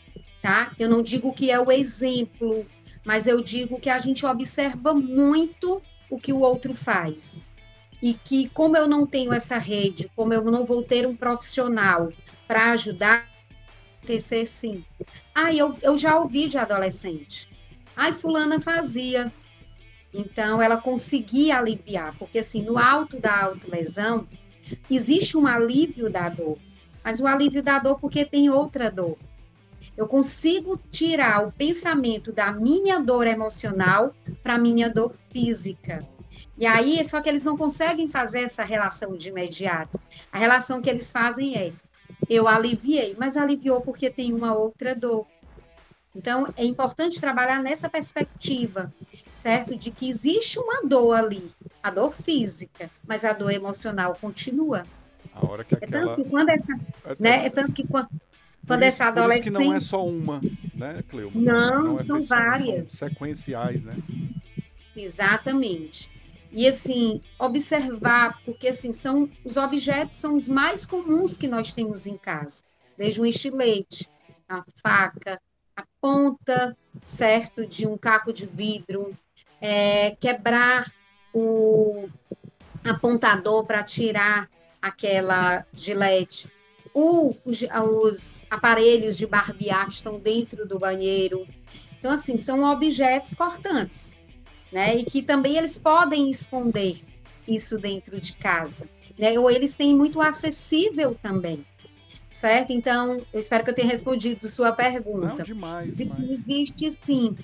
[SPEAKER 2] tá? Eu não digo que é o exemplo, mas eu digo que a gente observa muito o que o outro faz. E que, como eu não tenho essa rede, como eu não vou ter um profissional para ajudar, acontecer sim. Ah, eu, eu já ouvi de adolescente. Ai, fulana fazia. Então, ela conseguia aliviar, porque assim, no alto da autolesão, existe um alívio da dor, mas o alívio da dor porque tem outra dor. Eu consigo tirar o pensamento da minha dor emocional para a minha dor física. E aí, só que eles não conseguem fazer essa relação de imediato. A relação que eles fazem é, eu aliviei, mas aliviou porque tem uma outra dor. Então, é importante trabalhar nessa perspectiva, certo? De que existe uma dor ali, a dor física, mas a dor emocional continua.
[SPEAKER 1] A hora que aquela...
[SPEAKER 2] É tanto que quando essa, é, né? É tanto que quando, quando
[SPEAKER 1] isso,
[SPEAKER 2] essa adolescente...
[SPEAKER 1] Por isso que não é só uma, né, Cleuma?
[SPEAKER 2] Não,
[SPEAKER 1] não, não é
[SPEAKER 2] são
[SPEAKER 1] feito,
[SPEAKER 2] várias.
[SPEAKER 1] São sequenciais, né?
[SPEAKER 2] Exatamente. E, assim, observar, porque, assim, são, os objetos são os mais comuns que nós temos em casa, desde um estilete, a faca, a ponta, certo, de um caco de vidro, é, quebrar o apontador para tirar aquela gilete, o, os, os aparelhos de barbear que estão dentro do banheiro. Então, assim, são objetos cortantes, né? E que também eles podem esconder isso dentro de casa, né? Ou eles têm muito acessível também, certo? Então, eu espero que eu tenha respondido sua pergunta.
[SPEAKER 1] Não, demais, demais.
[SPEAKER 2] Existe, sim.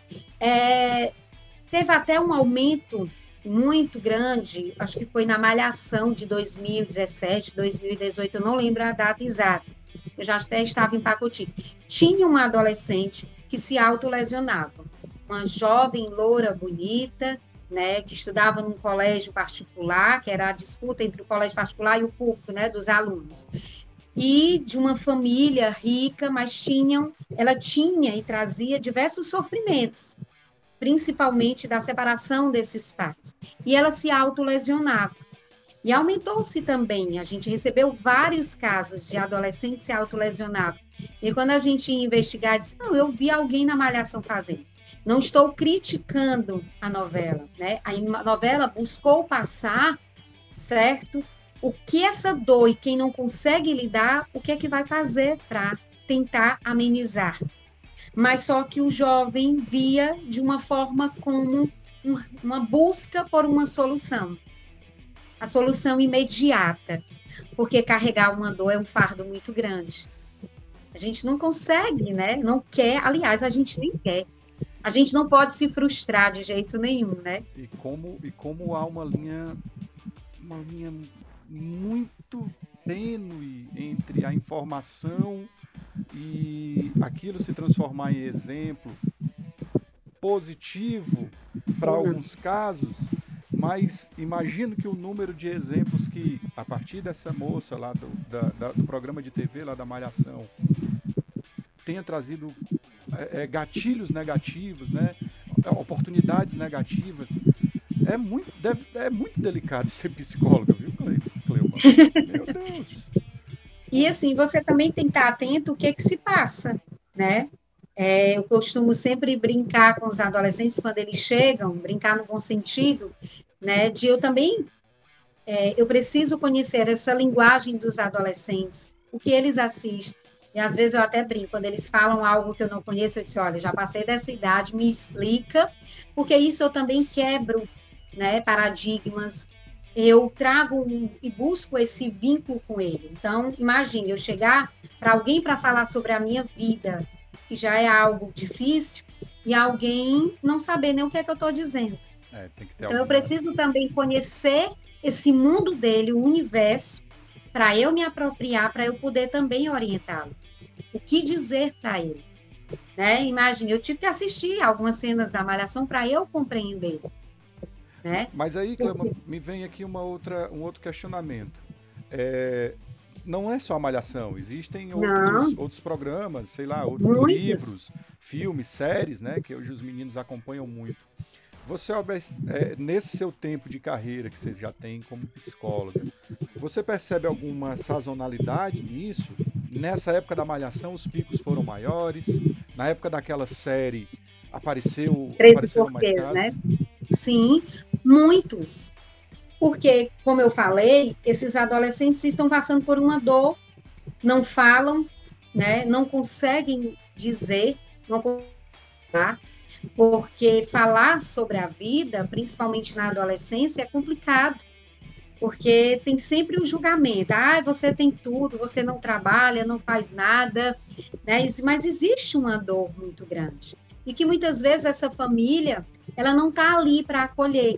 [SPEAKER 2] É, teve até um aumento muito grande, acho que foi na Malhação de dois mil e dezessete, dois mil e dezoito, eu não lembro a data exata, eu já até estava em Pacotinho. Tinha uma adolescente que se autolesionava, uma jovem loura bonita, né, que estudava num colégio particular, que era a disputa entre o colégio particular e o público, né, dos alunos. E de uma família rica, mas tinham, ela tinha e trazia diversos sofrimentos, principalmente da separação desses pais. E ela se autolesionava. E aumentou-se também, a gente recebeu vários casos de adolescentes se autolesionavam. E quando a gente ia investigar, disse, não, eu vi alguém na Malhação fazendo. Não estou criticando a novela, né? A novela buscou passar, certo? O que essa dor e quem não consegue lidar, o que é que vai fazer para tentar amenizar? Mas só que o jovem via de uma forma como um, uma busca por uma solução. A solução imediata, porque carregar uma dor é um fardo muito grande. A gente não consegue, né? Não quer, aliás, a gente nem quer. A gente não pode se frustrar de jeito nenhum, né?
[SPEAKER 1] E como, e como há uma linha, uma linha muito tênue entre a informação e aquilo se transformar em exemplo positivo para alguns casos, mas imagino que o número de exemplos que, a partir dessa moça lá do, da, da, do programa de T V, lá da Malhação, tenha trazido é, gatilhos negativos, né? Oportunidades negativas, é muito, deve, é muito delicado ser psicóloga, viu, Cleuma? Meu Deus!
[SPEAKER 2] E assim, você também tem que estar atento o que, que se passa, né? É, eu costumo sempre brincar com os adolescentes quando eles chegam, brincar no bom sentido, né? De eu também, é, eu preciso conhecer essa linguagem dos adolescentes, o que eles assistem. E às vezes eu até brinco, quando eles falam algo que eu não conheço, eu disse, olha, já passei dessa idade, me explica, porque isso eu também quebro, né, paradigmas, eu trago um, e busco esse vínculo com ele. Então, imagine, eu chegar para alguém para falar sobre a minha vida, que já é algo difícil, e alguém não saber nem o que é que eu estou dizendo.
[SPEAKER 1] É, tem que ter
[SPEAKER 2] então,
[SPEAKER 1] algumas...
[SPEAKER 2] eu preciso também conhecer esse mundo dele, o universo, para eu me apropriar, para eu poder também orientá-lo. O que dizer para ele? Né? Imagine, eu tive que assistir algumas cenas da Malhação para eu compreender. Né?
[SPEAKER 1] Mas aí, Cleuma, me vem aqui uma outra, um outro questionamento. É, não é só a Malhação, existem outros, outros programas, sei lá, outros livros, filmes, séries, né, que hoje os meninos acompanham muito. Você, é, nesse seu tempo de carreira que você já tem como psicóloga, você percebe alguma sazonalidade nisso? Nessa época da Malhação, os picos foram maiores? Na época daquela série, apareceu, apareceram mais casos?
[SPEAKER 2] Né? Sim, muitos. Porque, como eu falei, esses adolescentes estão passando por uma dor, não falam, né? Não conseguem dizer, não conseguem falar, porque falar sobre a vida, principalmente na adolescência, é complicado, porque tem sempre o julgamento, ah, você tem tudo, você não trabalha, não faz nada, né? Mas existe uma dor muito grande, e que muitas vezes essa família, ela não está ali para acolher.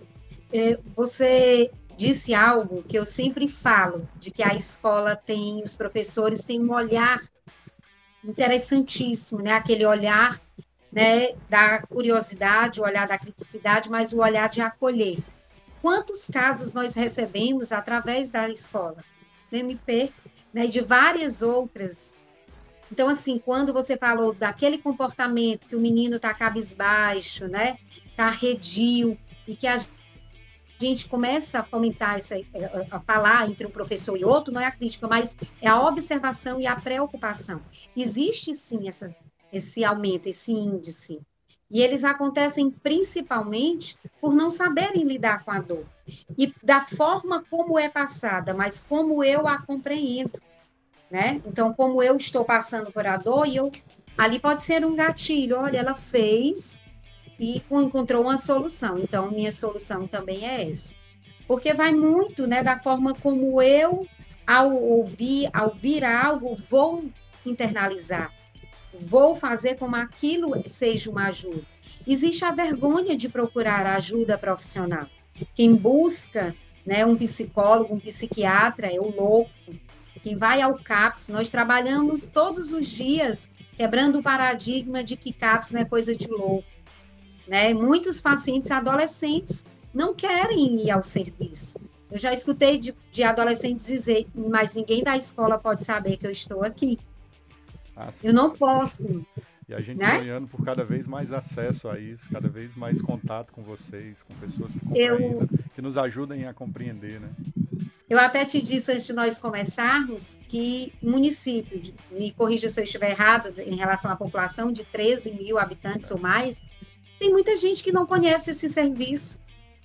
[SPEAKER 2] Você disse algo que eu sempre falo, de que a escola tem, os professores têm um olhar interessantíssimo, né? Aquele olhar, né, da curiosidade, o olhar da criticidade, mas o olhar de acolher. Quantos casos nós recebemos através da escola, do M P, né, de várias outras. Então, assim, quando você falou daquele comportamento que o menino está cabisbaixo, né, está arredio, e que a a gente começa a fomentar, essa, a falar entre um professor e outro, não é a crítica, mas é a observação e a preocupação. Existe, sim, essa, esse aumento, esse índice. E eles acontecem principalmente por não saberem lidar com a dor. E da forma como é passada, mas como eu a compreendo, né? Então, como eu estou passando por a dor, e eu, ali pode ser um gatilho. Olha, ela fez e encontrou uma solução. Então, minha solução também é essa. Porque vai muito, né, da forma como eu, ao ouvir, ao ouvir algo, vou internalizar. Vou fazer como aquilo seja uma ajuda. Existe a vergonha de procurar ajuda profissional. Quem busca, né, um psicólogo, um psiquiatra, é o louco. Quem vai ao CAPS, nós trabalhamos todos os dias quebrando o paradigma de que CAPS não é coisa de louco. Né? Muitos pacientes adolescentes não querem ir ao serviço. Eu já escutei de, de adolescentes dizer, mas ninguém da escola pode saber que eu estou aqui. Ah, eu não posso.
[SPEAKER 1] E a gente, né, sonhando por cada vez mais acesso a isso, cada vez mais contato com vocês, com pessoas que compreendam, eu, que nos ajudem a compreender, né?
[SPEAKER 2] Eu até te disse antes de nós começarmos que o município, me corrija se eu estiver errado, em relação à população de treze mil habitantes é. ou mais, tem muita gente que não conhece esse serviço.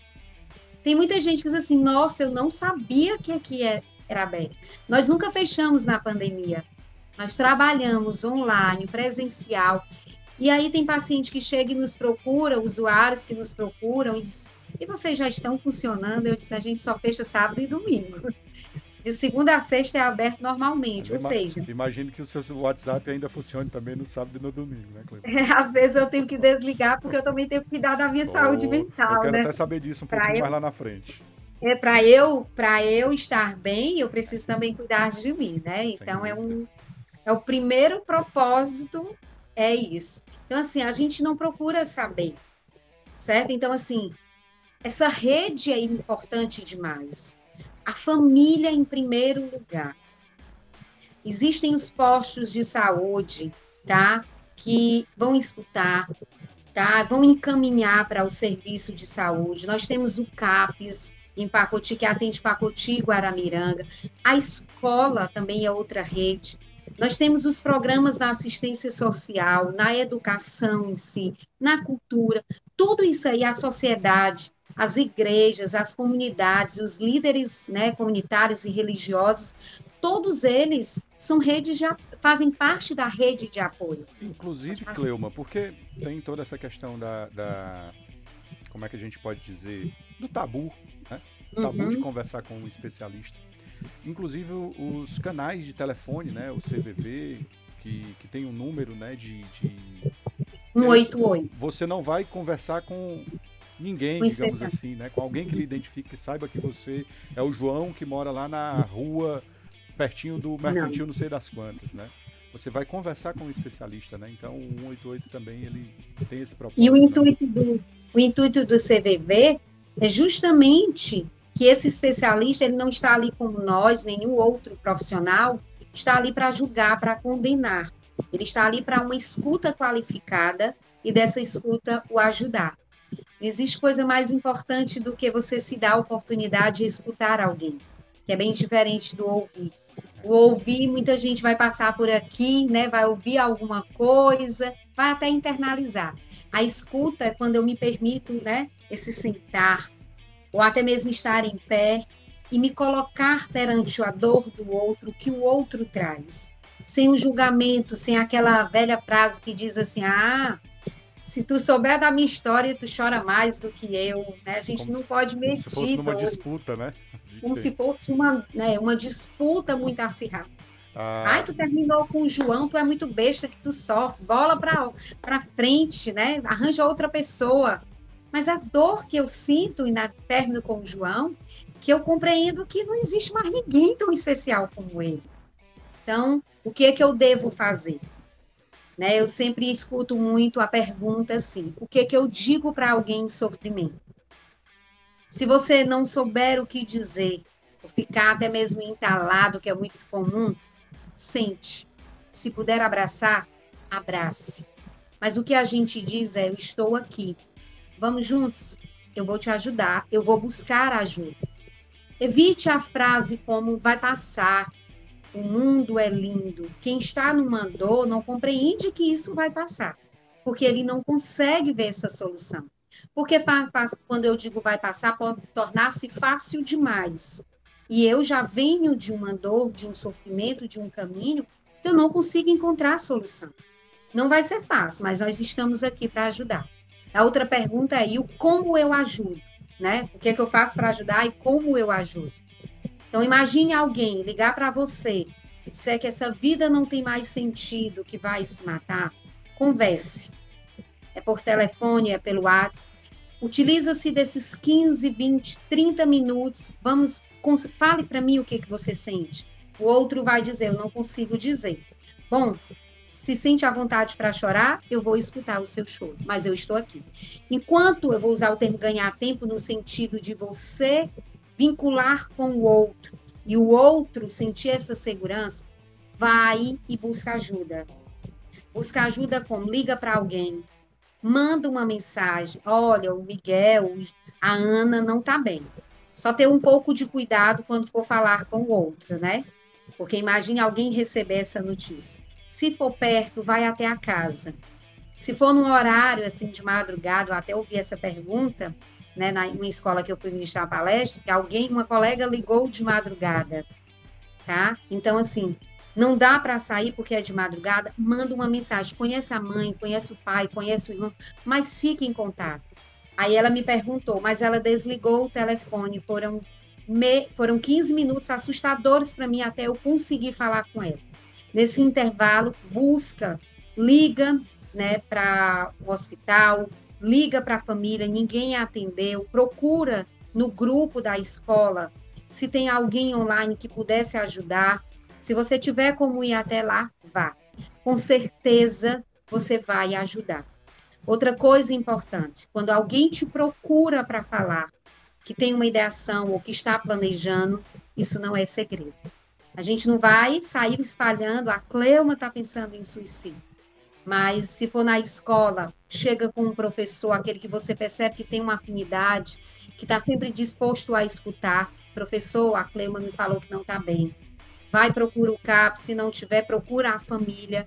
[SPEAKER 2] Tem muita gente que diz assim, nossa, eu não sabia que aqui era aberto. Nós nunca fechamos na pandemia. Nós trabalhamos online, presencial. E aí tem paciente que chega e nos procura, usuários que nos procuram e diz, e vocês já estão funcionando? Eu disse, a gente só fecha sábado e domingo. De segunda a sexta é aberto normalmente,
[SPEAKER 1] Mas
[SPEAKER 2] ou seja...
[SPEAKER 1] Imagino que o seu WhatsApp ainda funcione também no sábado e no domingo, né, Cleber?
[SPEAKER 2] É, às vezes eu tenho que desligar, porque eu também tenho que cuidar da minha oh, saúde mental,
[SPEAKER 1] Eu quero
[SPEAKER 2] né?
[SPEAKER 1] até saber disso um pra pouquinho eu, mais lá na frente.
[SPEAKER 2] É, para eu, para eu estar bem, eu preciso também cuidar de mim, né? Então, é, um, é o primeiro propósito, é isso. Então, assim, a gente não procura saber, certo? Então, assim, essa rede é importante demais. A família em primeiro lugar. Existem os postos de saúde, tá? Que vão escutar, tá? Vão encaminhar para o serviço de saúde. Nós temos o CAPES em Pacoti, que atende Pacoti e Guaramiranga. A escola também é outra rede. Nós temos os programas na assistência social, na educação em si, na cultura. Tudo isso aí, a sociedade, as igrejas, as comunidades, os líderes, né, comunitários e religiosos, todos eles são redes de, fazem parte da rede de apoio.
[SPEAKER 1] Inclusive, Cleuma, porque tem toda essa questão da, da como é que a gente pode dizer, do tabu, né? O tabu uhum. de conversar com um especialista. Inclusive os canais de telefone, né? O C V V, que, que tem um número, né, de... de...
[SPEAKER 2] um oito oito.
[SPEAKER 1] Você não vai conversar com ninguém, digamos assim, né? Com alguém que lhe identifique, que saiba que você é o João que mora lá na rua, pertinho do Mercantil, não, não sei das quantas, né? Você vai conversar com um especialista, né? Então o cento e oitenta e oito também ele tem esse propósito.
[SPEAKER 2] E o intuito, né? do, o intuito do C V V é justamente que esse especialista ele não está ali como nós, nenhum outro profissional, está ali para julgar, para condenar. Ele está ali para uma escuta qualificada e dessa escuta o ajudar. Não existe coisa mais importante do que você se dar a oportunidade de escutar alguém, que é bem diferente do ouvir. O ouvir, muita gente vai passar por aqui, né, vai ouvir alguma coisa, vai até internalizar. A escuta é quando eu me permito, né, esse sentar, ou até mesmo estar em pé e me colocar perante a dor do outro, que o outro traz. Sem um julgamento, sem aquela velha frase que diz assim, ah, se tu souber da minha história, tu chora mais do que eu, né? A gente como não pode medir.
[SPEAKER 1] Como se fosse numa disputa, né?
[SPEAKER 2] Como se fosse uma, né, uma disputa muito acirrada. Ah. Ai, tu terminou com o João, tu é muito besta que tu sofre, bola pra, pra frente, né? Arranja outra pessoa. Mas a dor que eu sinto e na término com o João, que eu compreendo que não existe mais ninguém tão especial como ele. Então, o que é que eu devo fazer? Né, eu sempre escuto muito a pergunta assim, o que é que eu digo para alguém em sofrimento? Se você não souber o que dizer, ou ficar até mesmo entalado, que é muito comum, sente. Se puder abraçar, abrace. Mas o que a gente diz é, eu estou aqui. Vamos juntos? eu vou te ajudar, eu vou buscar ajuda. Evite a frase como vai passar, o mundo é lindo. Quem está numa dor não compreende que isso vai passar, porque ele não consegue ver essa solução. Porque quando eu digo vai passar, pode tornar-se fácil demais. E eu já venho de uma dor, de um sofrimento, de um caminho, que eu não consigo encontrar a solução. Não vai ser fácil, mas nós estamos aqui para ajudar. A outra pergunta é, e o como eu ajudo? Né? O que é que eu faço para ajudar e como eu ajudo? Então, imagine alguém ligar para você e disser que essa vida não tem mais sentido, que vai se matar. Converse. É por telefone, é pelo WhatsApp. Utiliza-se desses quinze, vinte, trinta minutos. Vamos, fale para mim o que, que você sente. O outro vai dizer, eu não consigo dizer. Bom, se sente à vontade para chorar, eu vou escutar o seu choro, mas eu estou aqui. Enquanto eu vou usar o termo ganhar tempo no sentido de você vincular com o outro e o outro sentir essa segurança, vai e busca ajuda. Busca ajuda como? Liga para alguém, manda uma mensagem, olha, o Miguel, a Ana não está bem. Só ter um pouco de cuidado quando for falar com o outro, né? Porque imagine alguém receber essa notícia. Se for perto, vai até a casa. Se for num horário, assim, de madrugada, eu até ouvi essa pergunta, né, na uma escola que eu fui ministrar a palestra, que alguém, uma colega ligou de madrugada, tá? Então, assim, não dá para sair porque é de madrugada, manda uma mensagem, conhece a mãe, conhece o pai, conhece o irmão, mas fique em contato. Aí ela me perguntou, mas ela desligou o telefone, foram, me, foram quinze minutos assustadores para mim até eu conseguir falar com ela. Nesse intervalo, busca, liga, né, para o hospital, liga para a família, ninguém atendeu, procura no grupo da escola se tem alguém online que pudesse ajudar. Se você tiver como ir até lá, vá. Com certeza você vai ajudar. Outra coisa importante, quando alguém te procura para falar que tem uma ideação ou que está planejando, isso não é segredo. A gente não vai sair espalhando, a Cleuma está pensando em suicídio. Mas se for na escola, chega com um professor, aquele que você percebe que tem uma afinidade, que está sempre disposto a escutar. Professor, a Cleuma me falou que não está bem. Vai, procura o C A P, se não tiver, procura a família.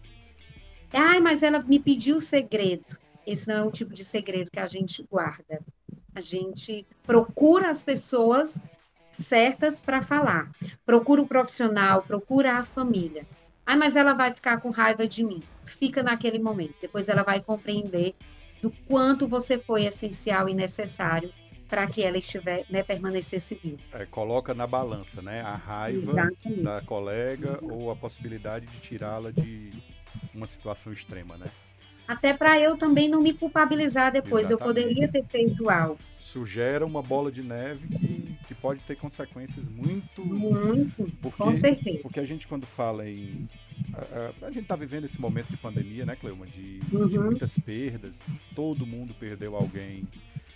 [SPEAKER 2] Ai, mas ela me pediu segredo. Esse não é o tipo de segredo que a gente guarda. A gente procura as pessoas certas para falar. Procura o profissional, procura a família. Ah, mas ela vai ficar com raiva de mim. Fica naquele momento. Depois ela vai compreender do quanto você foi essencial e necessário para que ela estiver, né, permanecesse viva.
[SPEAKER 1] É, coloca na balança, né? A raiva Exatamente. Da colega Exatamente. Ou a possibilidade de tirá-la de uma situação extrema, né?
[SPEAKER 2] Até para eu também não me culpabilizar depois. Exatamente. Eu poderia ter feito algo.
[SPEAKER 1] Isso gera uma bola de neve que, que pode ter consequências muito...
[SPEAKER 2] Muito,
[SPEAKER 1] porque,
[SPEAKER 2] com certeza.
[SPEAKER 1] Porque a gente, quando fala em... A, a, a gente está vivendo esse momento de pandemia, né, Cleuma? De,
[SPEAKER 2] uhum.
[SPEAKER 1] de muitas perdas. Todo mundo perdeu alguém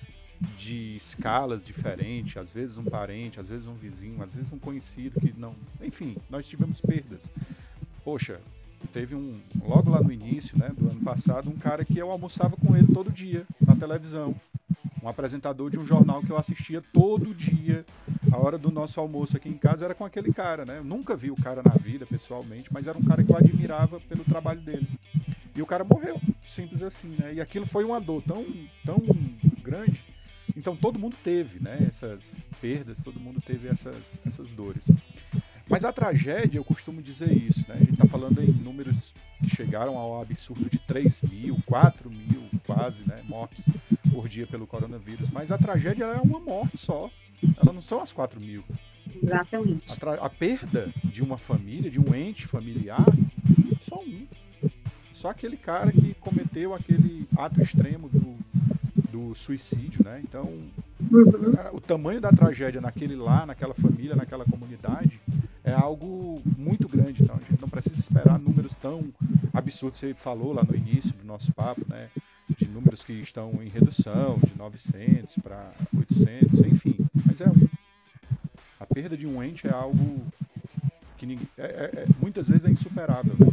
[SPEAKER 1] de escalas diferentes. Às vezes um parente, às vezes um vizinho, às vezes um conhecido que não... Enfim, nós tivemos perdas. Poxa... Teve um, logo lá no início, né, do ano passado, um cara que eu almoçava com ele todo dia na televisão. Um apresentador de um jornal que eu assistia todo dia. A hora do nosso almoço aqui em casa era com aquele cara, né? Eu nunca vi o cara na vida, pessoalmente, mas era um cara que eu admirava pelo trabalho dele. E o cara morreu, simples assim, né? E aquilo foi uma dor tão, tão grande. Então todo mundo teve, né, essas perdas, todo mundo teve essas, essas dores. Mas a tragédia, eu costumo dizer isso, né? A gente está falando em números que chegaram ao absurdo de três mil, quatro mil quase, né, mortes por dia pelo coronavírus. Mas a tragédia é uma morte só. Ela não são as quatro mil.
[SPEAKER 2] Exatamente.
[SPEAKER 1] A, tra... a perda de uma família, de um ente familiar, só um. Só aquele cara que cometeu aquele ato extremo do, do suicídio, né? Então, uhum. o tamanho da tragédia naquele lá, naquela família, naquela comunidade, é algo muito grande. Então, a gente não precisa esperar números tão absurdos. Você falou lá no início do nosso papo, né? De números que estão em redução, de novecentos para oitocentos, enfim. Mas é um. A perda de um ente é algo que ninguém, é, é, muitas vezes é insuperável, né?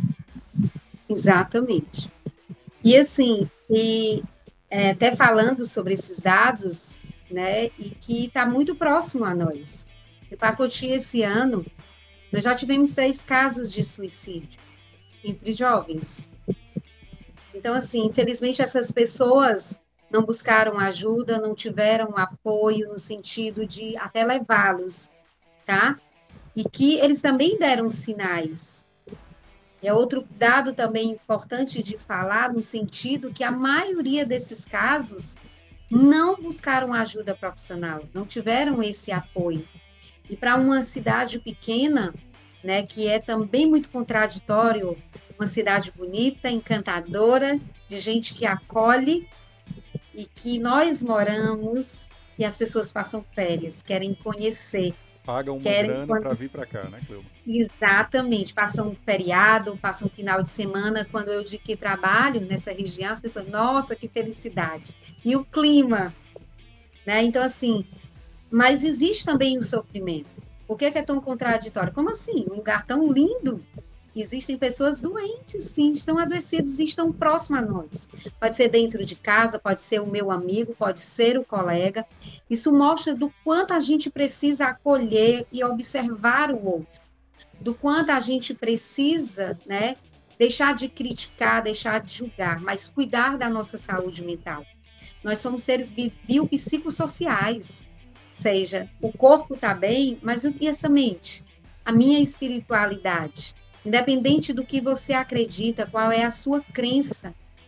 [SPEAKER 2] Exatamente. E assim, e, é, até falando sobre esses dados, né, e que está muito próximo a nós. Em Pacoti, esse ano, nós já tivemos dez casos de suicídio entre jovens. Então, assim, infelizmente, essas pessoas não buscaram ajuda, não tiveram apoio no sentido de até levá-los, tá? E que eles também deram sinais. É outro dado também importante de falar, no sentido que a maioria desses casos não buscaram ajuda profissional, não tiveram esse apoio. E para uma cidade pequena, né, que é também muito contraditório, uma cidade bonita, encantadora, de gente que acolhe e que nós moramos e as pessoas passam férias, querem conhecer.
[SPEAKER 1] Pagam uma
[SPEAKER 2] querem
[SPEAKER 1] grana
[SPEAKER 2] quando...
[SPEAKER 1] para vir para cá, né, Cleuba?
[SPEAKER 2] Exatamente, passam um feriado, passam um final de semana. Quando eu digo que trabalho nessa região, as pessoas, nossa, que felicidade. E o clima, né? Então, assim, mas existe também o sofrimento. Por que é tão contraditório? Como assim? Um lugar tão lindo, existem pessoas doentes, sim, estão adoecidas e estão próximas a nós. Pode ser dentro de casa, pode ser o meu amigo, pode ser o colega. Isso mostra do quanto a gente precisa acolher e observar o outro, do quanto a gente precisa, né, deixar de criticar, deixar de julgar, mas cuidar da nossa saúde mental. Nós somos seres biopsicossociais, ou seja, o corpo está bem, mas e essa mente? A minha espiritualidade. Independente do que você acredita, qual é a sua crença,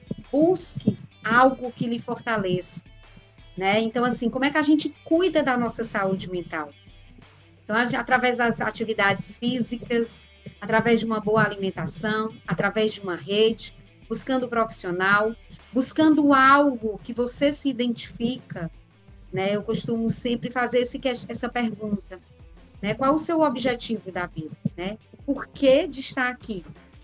[SPEAKER 2] busque algo que lhe fortaleça, né? Então, assim, como é que a gente cuida da nossa saúde mental? Então, através das atividades físicas, através de uma boa alimentação, através de uma rede, buscando profissional, buscando algo que você se identifica, né? Eu costumo sempre fazer esse, essa pergunta, né? Qual o seu objetivo da vida, né? Por que de estar aqui?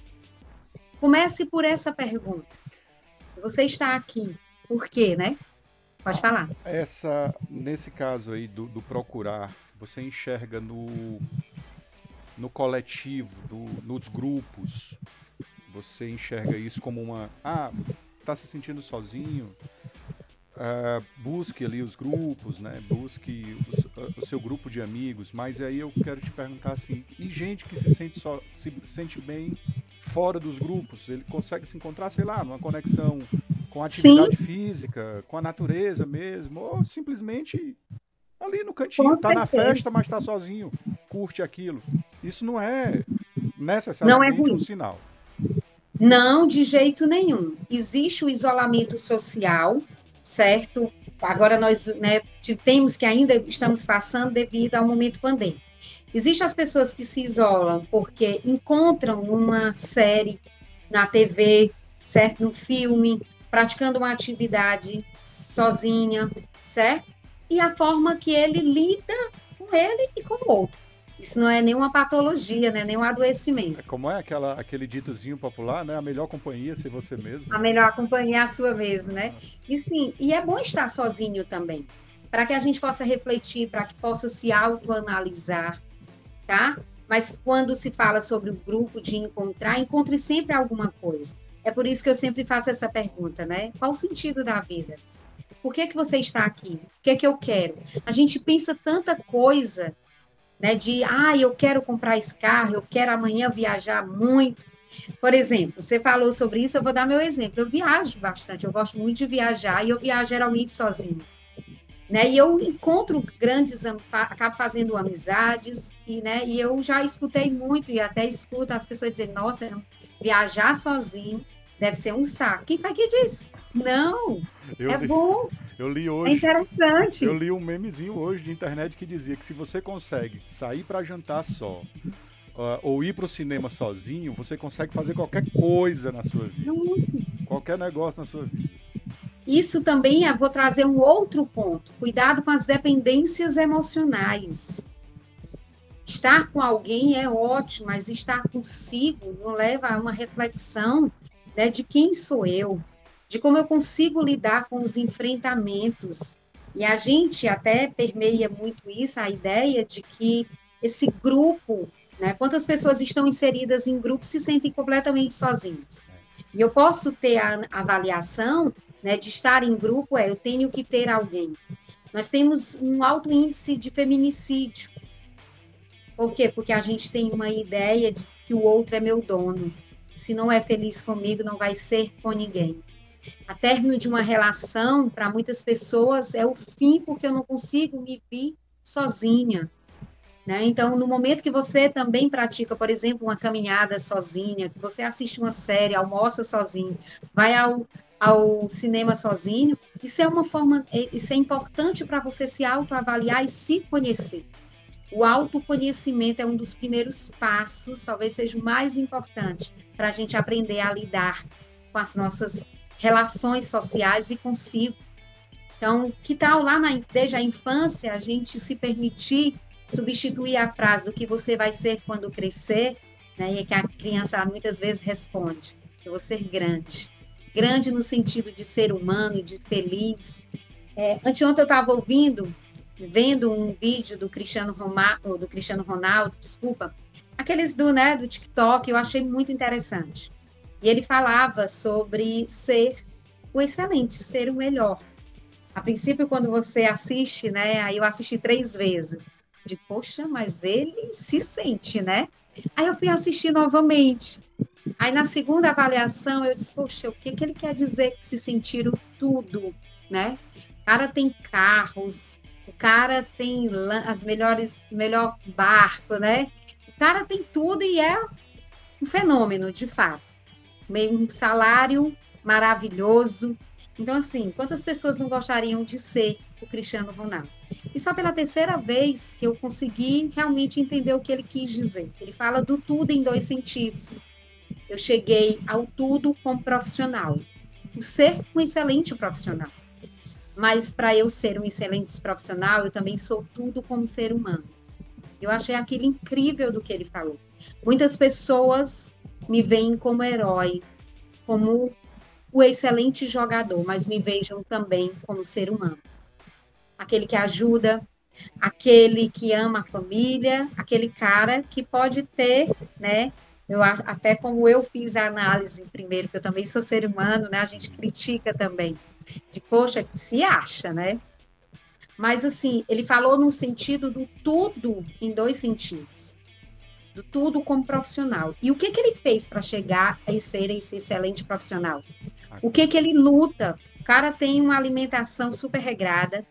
[SPEAKER 2] Comece por essa pergunta. Você está aqui, por quê, né? Pode falar.
[SPEAKER 1] Essa, nesse caso aí do, do procurar, você enxerga no, no coletivo, do, nos grupos, você enxerga isso como uma... Ah, tá se sentindo sozinho? Uh, busque ali os grupos, né? Busque o, o seu grupo de amigos, mas aí eu quero te perguntar assim, e gente que se sente, só, se sente bem fora dos grupos, ele consegue se encontrar, sei lá, numa conexão com a atividade Sim. física, com a natureza mesmo, ou simplesmente ali no cantinho, tá na festa, mas tá sozinho, curte aquilo. Isso não é necessariamente não é um sinal.
[SPEAKER 2] Não, de jeito nenhum. Existe o isolamento social, certo? Agora nós, né, temos que ainda estamos passando devido ao momento pandêmico. Existem as pessoas que se isolam porque encontram uma série na T V, certo? No filme, praticando uma atividade sozinha, certo? E a forma que ele lida com ele e com o outro. Isso não é nenhuma patologia, né? Nenhum adoecimento.
[SPEAKER 1] É como é aquela, aquele ditozinho popular, né? A melhor companhia é ser você mesmo.
[SPEAKER 2] A melhor companhia é a sua mesmo, né? E sim, e é bom estar sozinho também, para que a gente possa refletir, para que possa se autoanalisar, tá? Mas quando se fala sobre o grupo de encontrar, encontre sempre alguma coisa. É por isso que eu sempre faço essa pergunta, né? Qual o sentido da vida? Por que que você está aqui? O que é que eu quero? A gente pensa tanta coisa, né? De, ah, eu quero comprar esse carro, eu quero amanhã viajar muito. Por exemplo, você falou sobre isso, eu vou dar meu exemplo. Eu viajo bastante, eu gosto muito de viajar e eu viajo geralmente sozinho. Né? E eu encontro grandes, acabo fazendo amizades, e, né, e eu já escutei muito, e até escuto as pessoas dizerem, nossa, viajar sozinho deve ser um saco. Quem foi que disse? Não, eu é
[SPEAKER 1] li,
[SPEAKER 2] bom,
[SPEAKER 1] eu li hoje,
[SPEAKER 2] é interessante.
[SPEAKER 1] Eu li um memezinho hoje de internet que dizia que se você consegue sair para jantar só, uh, ou ir para o cinema sozinho, você consegue fazer qualquer coisa na sua vida. Não. Qualquer negócio na sua vida.
[SPEAKER 2] Isso também, eu vou trazer um outro ponto. Cuidado com as dependências emocionais. Estar com alguém é ótimo, mas estar consigo não leva a uma reflexão, né, de quem sou eu, de como eu consigo lidar com os enfrentamentos. E a gente até permeia muito isso, a ideia de que esse grupo, né, quantas pessoas estão inseridas em grupos se sentem completamente sozinhas. E eu posso ter a avaliação, né, de estar em grupo, é, eu tenho que ter alguém. Nós temos um alto índice de feminicídio. Por quê? Porque a gente tem uma ideia de que o outro é meu dono. Se não é feliz comigo, não vai ser com ninguém. A término de uma relação, para muitas pessoas, é o fim, porque eu não consigo me vir sozinha. Né? Então, no momento que você também pratica, por exemplo, uma caminhada sozinha, que você assiste uma série, almoça sozinho, vai ao, ao cinema sozinho, isso é uma forma, isso é importante para você se autoavaliar e se conhecer. O autoconhecimento é um dos primeiros passos, talvez seja o mais importante, para a gente aprender a lidar com as nossas relações sociais e consigo. Então, que tal lá na, desde a infância a gente se permitir substituir a frase do que você vai ser quando crescer, né, e que a criança muitas vezes responde, eu vou ser grande. Grande no sentido de ser humano, de feliz. É, anteontem eu estava ouvindo, vendo um vídeo do Cristiano Ronaldo, do Cristiano Ronaldo, desculpa, aqueles do, né, do TikTok, eu achei muito interessante. E ele falava sobre ser o excelente, ser o melhor. A princípio, quando você assiste, né, aí eu assisti três vezes, de, poxa, mas ele se sente, né? Aí eu fui assistir novamente. Aí na segunda avaliação eu disse, poxa, o que, que ele quer dizer que se sentiram tudo, né? O cara tem carros, o cara tem as melhores, melhor barco, né? O cara tem tudo e é um fenômeno, de fato. Um salário maravilhoso. Então, assim, quantas pessoas não gostariam de ser o Cristiano Ronaldo? E só pela terceira vez que eu consegui realmente entender o que ele quis dizer. Ele fala do tudo em dois sentidos. Eu cheguei ao tudo como profissional. O ser um excelente profissional. Mas para eu ser um excelente profissional, eu também sou tudo como ser humano. Eu achei aquilo incrível do que ele falou. Muitas pessoas me veem como herói, como o excelente jogador, mas me vejam também como ser humano. Aquele que ajuda, aquele que ama a família, aquele cara que pode ter, né? Eu, até como eu fiz a análise primeiro, que eu também sou ser humano, né? A gente critica também, de poxa, que se acha, né? Mas assim, ele falou no sentido do tudo em dois sentidos. Do tudo como profissional. E o que, que ele fez para chegar a ser esse excelente profissional? O que, que ele luta? O cara tem uma alimentação super regrada,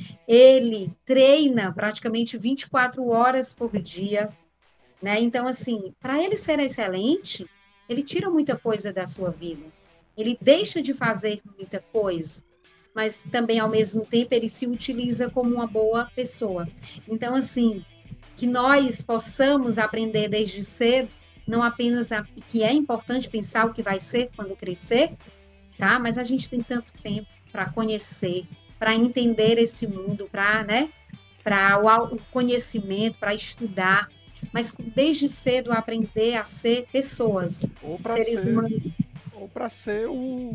[SPEAKER 2] ele treina praticamente vinte e quatro horas por dia, né? Então, assim, para ele ser excelente, ele tira muita coisa da sua vida. Ele deixa de fazer muita coisa, mas também, ao mesmo tempo, ele se utiliza como uma boa pessoa. Então, assim, que nós possamos aprender desde cedo, não apenas a, que é importante pensar o que vai ser quando crescer, tá? Mas a gente tem tanto tempo para conhecer, para entender esse mundo, para, né? Para o conhecimento, para estudar, mas desde cedo aprender a ser pessoas,
[SPEAKER 1] ou para
[SPEAKER 2] seres
[SPEAKER 1] ser,
[SPEAKER 2] humanos.
[SPEAKER 1] Ou para ser o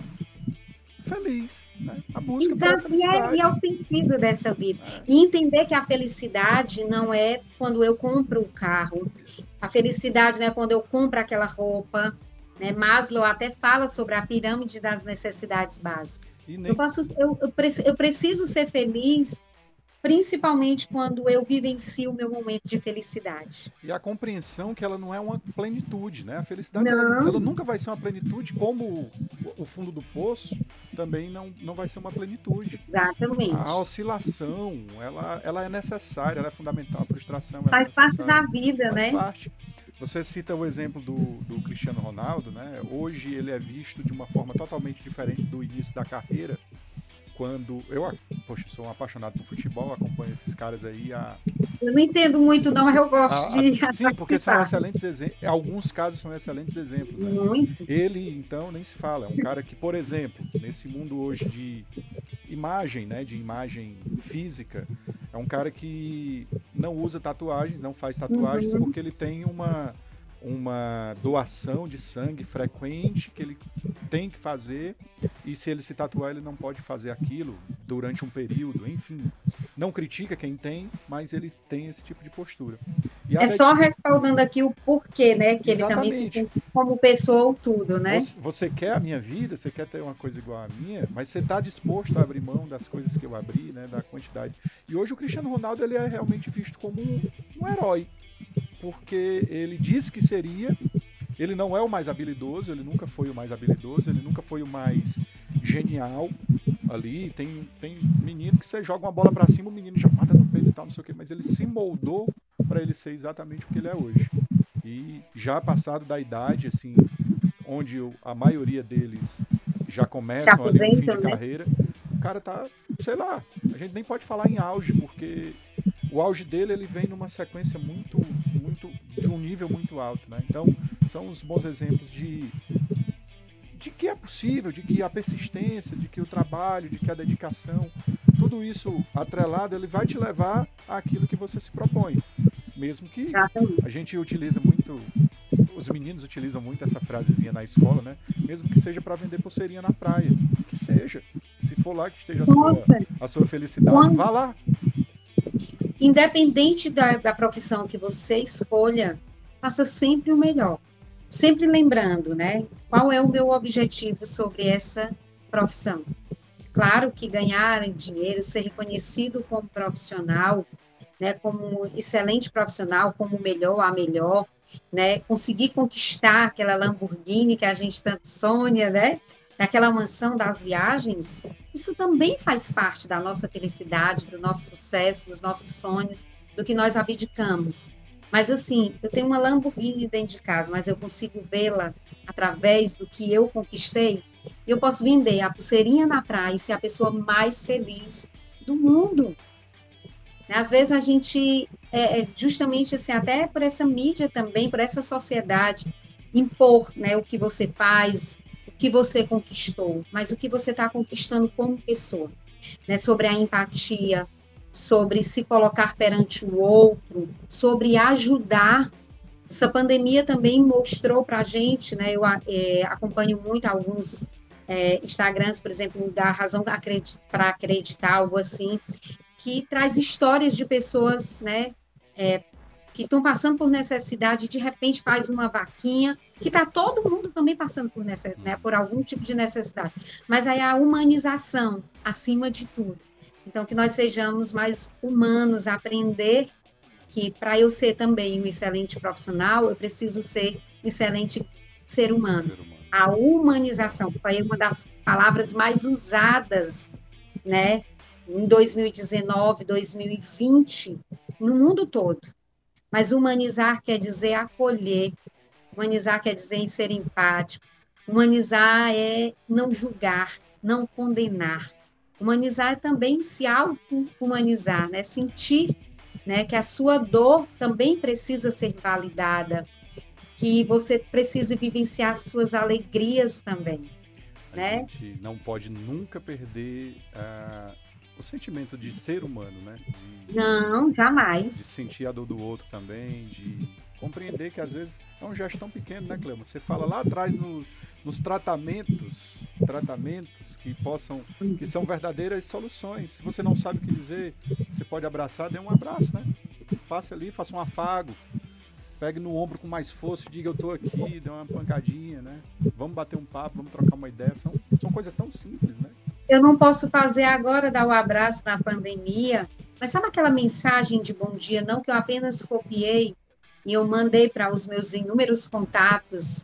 [SPEAKER 1] feliz, né? A busca pela
[SPEAKER 2] Exato, e é,
[SPEAKER 1] felicidade.
[SPEAKER 2] e é o sentido dessa vida.
[SPEAKER 1] É.
[SPEAKER 2] E entender que a felicidade não é quando eu compro o carro, a felicidade não é quando eu compro aquela roupa, né? Maslow até fala sobre a pirâmide das necessidades básicas. Nem... Eu, posso, eu, eu, eu preciso ser feliz, principalmente quando eu vivencio o meu momento de felicidade.
[SPEAKER 1] E a compreensão que ela não é uma plenitude, né? A felicidade ela, ela nunca vai ser uma plenitude, como o, o fundo do poço também não, não vai ser uma plenitude.
[SPEAKER 2] Exatamente.
[SPEAKER 1] A oscilação, ela, ela é necessária, ela é fundamental. A frustração
[SPEAKER 2] faz
[SPEAKER 1] é
[SPEAKER 2] parte da vida,
[SPEAKER 1] faz
[SPEAKER 2] né?
[SPEAKER 1] Faz parte. Você cita o exemplo do, do Cristiano Ronaldo, né? Hoje ele é visto de uma forma totalmente diferente do início da carreira. Quando eu, poxa, sou um apaixonado por futebol, acompanho esses caras aí há...
[SPEAKER 2] Eu não entendo muito não, mas eu gosto
[SPEAKER 1] a, a,
[SPEAKER 2] de
[SPEAKER 1] sim,
[SPEAKER 2] participar.
[SPEAKER 1] Porque são excelentes exemplos, alguns casos são excelentes exemplos, né?
[SPEAKER 2] Muito.
[SPEAKER 1] Ele, então, nem se fala, é um cara que, por exemplo, nesse mundo hoje de imagem, né, de imagem física, é um cara que não usa tatuagens, não faz tatuagens, uhum. porque ele tem uma uma doação de sangue frequente que ele tem que fazer, e se ele se tatuar ele não pode fazer aquilo durante um período, enfim. Não critica quem tem, mas ele tem esse tipo de postura. E
[SPEAKER 2] é só respaldando aqui o porquê, né? Que
[SPEAKER 1] Exatamente.
[SPEAKER 2] Ele também se como pessoa ou tudo, né?
[SPEAKER 1] Você, você quer a minha vida, você quer ter uma coisa igual à minha, mas você está disposto a abrir mão das coisas que eu abri, né? Da quantidade. E hoje o Cristiano Ronaldo ele é realmente visto como um, um herói, porque ele disse que seria. Ele não é o mais habilidoso, ele nunca foi o mais habilidoso, ele nunca foi o mais genial ali. Tem, tem menino que você joga uma bola para cima, o menino já mata no peito e tal, não sei o que, mas ele se moldou para ele ser exatamente o que ele é hoje. E já passado da idade, assim, onde a maioria deles já começam ali o fim de carreira, o cara tá, sei lá, a gente nem pode falar em auge, porque o auge dele ele vem numa sequência muito, muito, de um nível muito alto, né? Então, são os bons exemplos de, de que é possível, de que a persistência, de que o trabalho, de que a dedicação, tudo isso atrelado, ele vai te levar àquilo que você se propõe. Mesmo que a gente utiliza muito, os meninos utilizam muito essa frasezinha na escola, né? Mesmo que seja para vender pulseirinha na praia, que seja. Se for lá que esteja a sua, a sua felicidade, Quando... vá lá.
[SPEAKER 2] Independente da, da profissão que você escolha, faça sempre o melhor. Sempre lembrando, né? Qual é o meu objetivo sobre essa profissão? Claro que ganhar dinheiro, ser reconhecido como profissional, né, como excelente profissional, como o melhor, a melhor, né, conseguir conquistar aquela Lamborghini que a gente tanto sonha, né, daquela mansão das viagens, isso também faz parte da nossa felicidade, do nosso sucesso, dos nossos sonhos, do que nós abdicamos. Mas assim, eu tenho uma Lamborghini dentro de casa, mas eu consigo vê-la através do que eu conquistei, eu posso vender a pulseirinha na praia e ser a pessoa mais feliz do mundo. Às vezes a gente, é, justamente assim, até por essa mídia também, por essa sociedade, impor, né, o que você faz, o que você conquistou, mas o que você está conquistando como pessoa, né, sobre a empatia, sobre se colocar perante o outro, sobre ajudar. Essa pandemia também mostrou para a gente, né, eu é, acompanho muito alguns é, Instagrams, por exemplo, da Razão para Acreditar, algo assim, que traz histórias de pessoas, né, é, que estão passando por necessidade e de repente faz uma vaquinha, que está todo mundo também passando por, necess... né, por algum tipo de necessidade. Mas aí a humanização, acima de tudo. Então, que nós sejamos mais humanos, aprender que para eu ser também um excelente profissional, eu preciso ser um excelente ser humano. Ser humano. A humanização, que foi uma das palavras mais usadas, né, em dois mil e dezenove, dois mil e vinte, no mundo todo. Mas humanizar quer dizer acolher, humanizar quer dizer ser empático, humanizar é não julgar, não condenar. Humanizar é também se auto-humanizar, né? Sentir, né, que a sua dor também precisa ser validada, que você precisa vivenciar as suas alegrias também.
[SPEAKER 1] A
[SPEAKER 2] né?
[SPEAKER 1] gente não pode nunca perder a... o sentimento de ser humano, né? De,
[SPEAKER 2] não, jamais.
[SPEAKER 1] De sentir a dor do outro também, de compreender que às vezes é um gesto tão pequeno, né, Cleuma? Você fala lá atrás no, nos tratamentos, tratamentos que possam, que são verdadeiras soluções. Se você não sabe o que dizer, você pode abraçar, dê um abraço, né? Passe ali, faça um afago, pegue no ombro com mais força e diga eu tô aqui, dê uma pancadinha, né? Vamos bater um papo, vamos trocar uma ideia. São, são coisas tão simples, né?
[SPEAKER 2] Eu não posso fazer agora, dar o abraço na pandemia, mas sabe aquela mensagem de bom dia, não, que eu apenas copiei e eu mandei para os meus inúmeros contatos,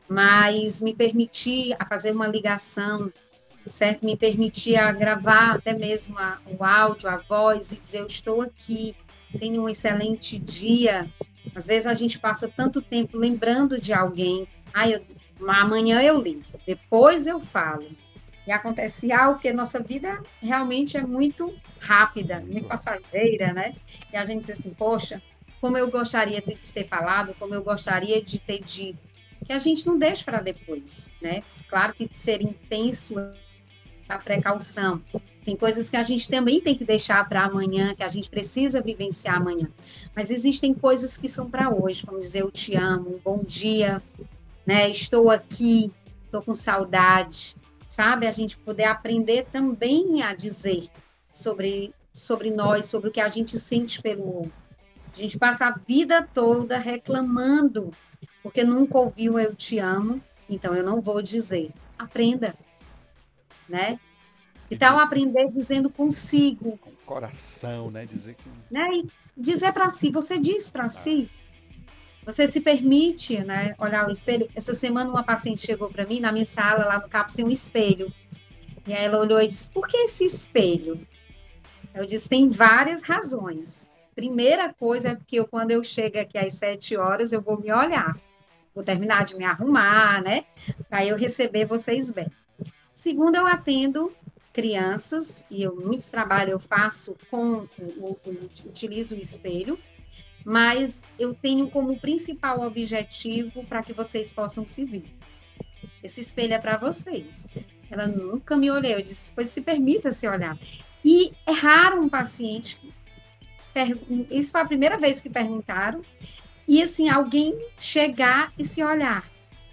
[SPEAKER 2] mas me permiti a fazer uma ligação, certo? Me permiti a gravar até mesmo a, o áudio, a voz e dizer eu estou aqui, tenha um excelente dia. Às vezes a gente passa tanto tempo lembrando de alguém, ah, eu, amanhã eu ligo, depois eu falo. E acontece algo que a nossa vida realmente é muito rápida, muito passageira, né? E a gente diz assim, poxa, como eu gostaria de ter falado, como eu gostaria de ter dito, que a gente não deixa para depois, né? Claro que ser intenso é a precaução, Tem coisas que a gente também tem que deixar para amanhã, que a gente precisa vivenciar amanhã. Mas existem coisas que são para hoje, como dizer eu te amo, um bom dia, né? Estou aqui, estou com saudade, sabe? A gente poder aprender também a dizer sobre, sobre nós, sobre o que a gente sente pelo outro. A gente passa a vida toda reclamando, porque nunca ouviu eu te amo, então eu não vou dizer. Aprenda, né? Então, aprender dizendo consigo.
[SPEAKER 1] Com coração, né? Dizer que...
[SPEAKER 2] Né? E dizer para si, você diz para ah. si. Você se permite, né, olhar o espelho. Essa semana uma paciente chegou para mim, na minha sala, lá no CAPS, tem um espelho. E aí ela olhou e disse, por que esse espelho? Eu disse, tem várias razões. Primeira coisa é que eu, quando eu chego aqui às sete horas, eu vou me olhar. Vou terminar de me arrumar, né? Para eu receber vocês bem. Segundo, eu atendo crianças, e eu, muitos trabalhos eu faço com, eu, eu utilizo o espelho, mas eu tenho como principal objetivo para que vocês possam se ver. Esse espelho é para vocês. Ela nunca me olhou, eu disse, pois se permita se olhar. E é raro um paciente, isso foi a primeira vez que perguntaram, e assim, alguém chegar e se olhar,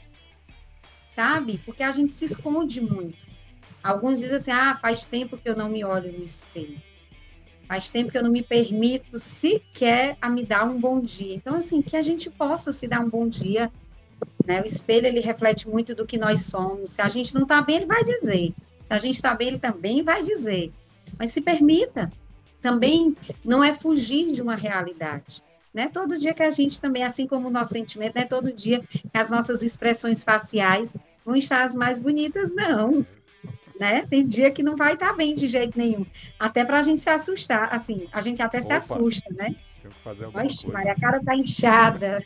[SPEAKER 2] sabe? Porque a gente se esconde muito. Alguns dizem assim, ah, faz tempo que eu não me olho no espelho. Faz tempo que eu não me permito sequer a me dar um bom dia. Então, assim, que a gente possa se dar um bom dia, né? O espelho, ele reflete muito do que nós somos. Se a gente não está bem, ele vai dizer. Se a gente está bem, ele também vai dizer. Mas se permita. Também não é fugir de uma realidade. Né? Todo dia que a gente também, assim como o nosso sentimento, não é todo dia que as nossas expressões faciais vão estar as mais bonitas, não. Né? Tem dia que não vai estar bem de jeito nenhum. Até para a gente se assustar, assim, a gente até
[SPEAKER 1] Opa,
[SPEAKER 2] se assusta, né?
[SPEAKER 1] Tenho que fazer alguma
[SPEAKER 2] Oxe,
[SPEAKER 1] coisa.
[SPEAKER 2] Maria, a cara tá inchada,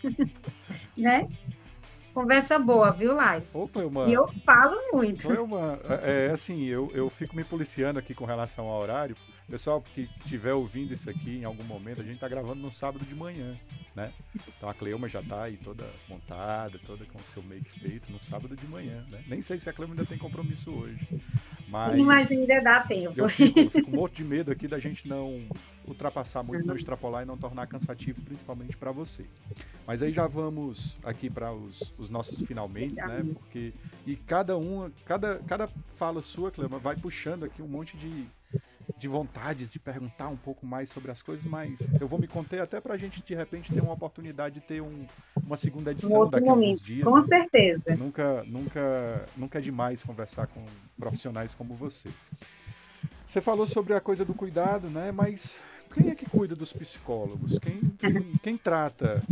[SPEAKER 2] né? Conversa boa, viu, Laís?
[SPEAKER 1] Opa, uma...
[SPEAKER 2] E eu falo muito.
[SPEAKER 1] Foi uma... É, assim, eu, eu fico me policiando aqui com relação ao horário. Pessoal que estiver ouvindo isso aqui em algum momento, a gente está gravando no sábado de manhã, né? Então a Cleuma já está aí toda montada, toda com o seu make feito no sábado de manhã, né? Nem sei se a Cleuma ainda tem compromisso hoje. Mas,
[SPEAKER 2] mas ainda dá tempo.
[SPEAKER 1] Eu fico, eu fico morto de medo aqui da gente não ultrapassar muito, uhum. não extrapolar e não tornar cansativo, principalmente para você. Mas aí já vamos aqui para os, os nossos finalmente, né? Porque e cada uma, cada, cada fala sua, Cleuma, vai puxando aqui um monte de de vontades de perguntar um pouco mais sobre as coisas, mas eu vou me conter até pra gente, de repente, ter uma oportunidade de ter um, uma segunda edição um daqui a alguns dias.
[SPEAKER 2] Com
[SPEAKER 1] né?
[SPEAKER 2] certeza.
[SPEAKER 1] Nunca, nunca, nunca é demais conversar com profissionais como você. Você falou sobre a coisa do cuidado, né? Mas quem é que cuida dos psicólogos? Quem, quem, quem trata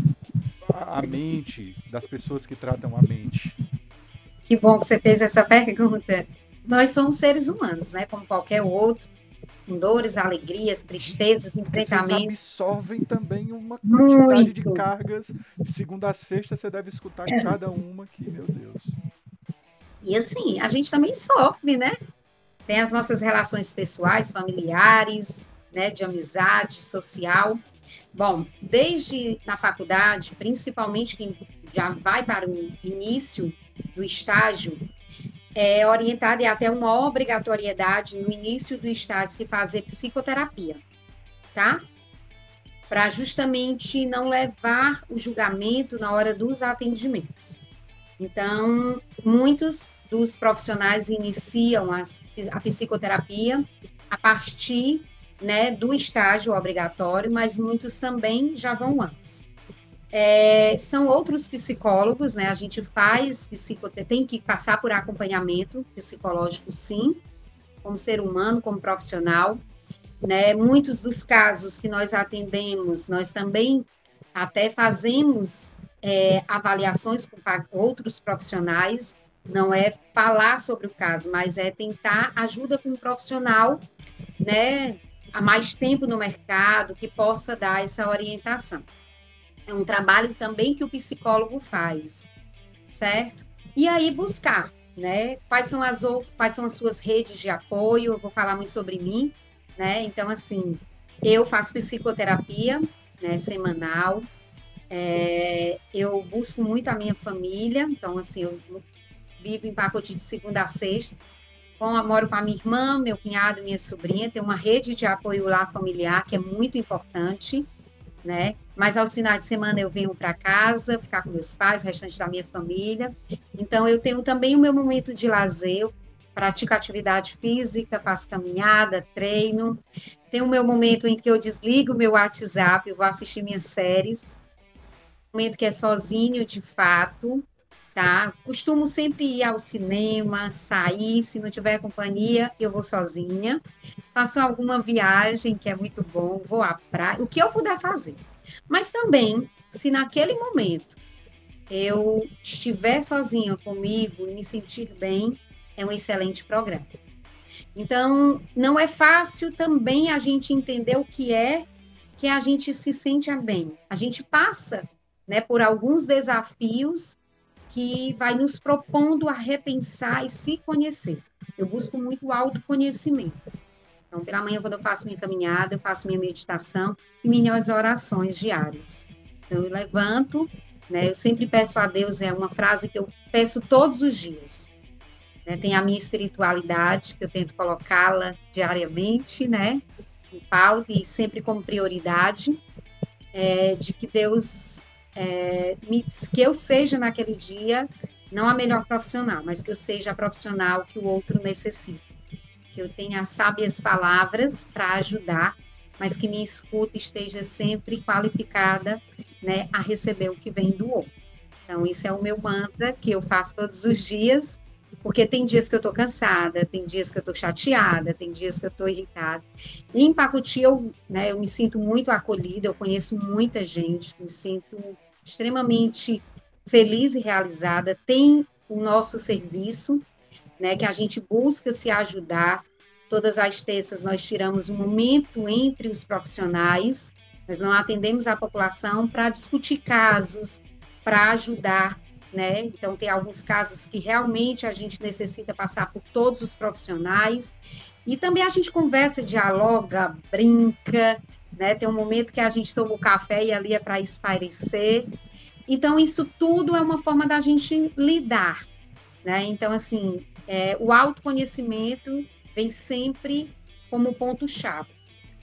[SPEAKER 1] a mente das pessoas que tratam a mente?
[SPEAKER 2] Que bom que você fez essa pergunta. Nós somos seres humanos, né? Como qualquer outro. Com dores, alegrias, tristezas, enfrentamentos.
[SPEAKER 1] Vocês absorvem também uma quantidade Muito. de cargas. De segunda a sexta, você deve escutar é. cada uma aqui, meu Deus.
[SPEAKER 2] E assim, a gente também sofre, né? Tem as nossas relações pessoais, familiares, né? De amizade, social. Bom, desde na faculdade, principalmente quem já vai para o início do estágio, é orientada e até uma obrigatoriedade no início do estágio se fazer psicoterapia, tá? Para justamente não levar o julgamento na hora dos atendimentos. Então, muitos dos profissionais iniciam a, a psicoterapia a partir, né, do estágio obrigatório, mas muitos também já vão antes. É, são outros psicólogos, né? A gente faz psicoterapia, tem que passar por acompanhamento psicológico, sim, como ser humano, como profissional, né? Muitos dos casos que nós atendemos, nós também até fazemos é, avaliações com outros profissionais, não é falar sobre o caso, mas é tentar ajuda com um profissional, né? Há mais tempo no mercado, que possa dar essa orientação. É um trabalho também que o psicólogo faz, certo? E aí buscar, né? Quais são as outras, quais são as suas redes de apoio? Eu vou falar muito sobre mim, né? Então, assim, eu faço psicoterapia, né, semanal. É, eu busco muito a minha família, então, assim, eu vivo em pacote de segunda a sexta. Com, moro com a minha irmã, meu cunhado, minha sobrinha, tem uma rede de apoio lá familiar que é muito importante, né? Mas aos finais de semana eu venho para casa, ficar com meus pais, o restante da minha família. Então eu tenho também o meu momento de lazer, eu pratico atividade física, faço caminhada, treino. Tem o meu momento em que eu desligo o meu WhatsApp, eu vou assistir minhas séries. Momento que é sozinho, de fato, tá? Costumo sempre ir ao cinema, sair, se não tiver companhia, eu vou sozinha. Faço alguma viagem, que é muito bom, vou à praia, o que eu puder fazer. Mas também, se naquele momento eu estiver sozinha comigo e me sentir bem, é um excelente programa. Então, não é fácil também a gente entender o que é que a gente se sente bem. A gente passa, né, por alguns desafios que vai nos propondo a repensar e se conhecer. Eu busco muito autoconhecimento. Então, pela manhã, quando eu faço minha caminhada, eu faço minha meditação e minhas orações diárias. Então, eu levanto, né, eu sempre peço a Deus, é uma frase que eu peço todos os dias. Né, tem a minha espiritualidade, que eu tento colocá-la diariamente, né, em pauta e sempre como prioridade, é, de que Deus, é, me, que eu seja naquele dia, não a melhor profissional, mas que eu seja a profissional que o outro necessita. Que eu tenha sábias palavras para ajudar, mas que minha escuta esteja sempre qualificada, né, a receber o que vem do outro. Então, isso é o meu mantra que eu faço todos os dias, porque tem dias que eu estou cansada, tem dias que eu estou chateada, tem dias que eu estou irritada. E em Pacuti, eu, né, eu me sinto muito acolhida, eu conheço muita gente, me sinto extremamente feliz e realizada. Tem o nosso serviço, né, que a gente busca se ajudar. Todas as terças nós tiramos um momento entre os profissionais, nós não atendemos a população para discutir casos, para ajudar, né? Então, tem alguns casos que realmente a gente necessita passar por todos os profissionais. E também a gente conversa, dialoga, brinca, né? Tem um momento que a gente toma o café e ali é para espairecer. Então, isso tudo é uma forma da gente lidar, né? Então, assim, é, o autoconhecimento vem sempre como ponto-chave.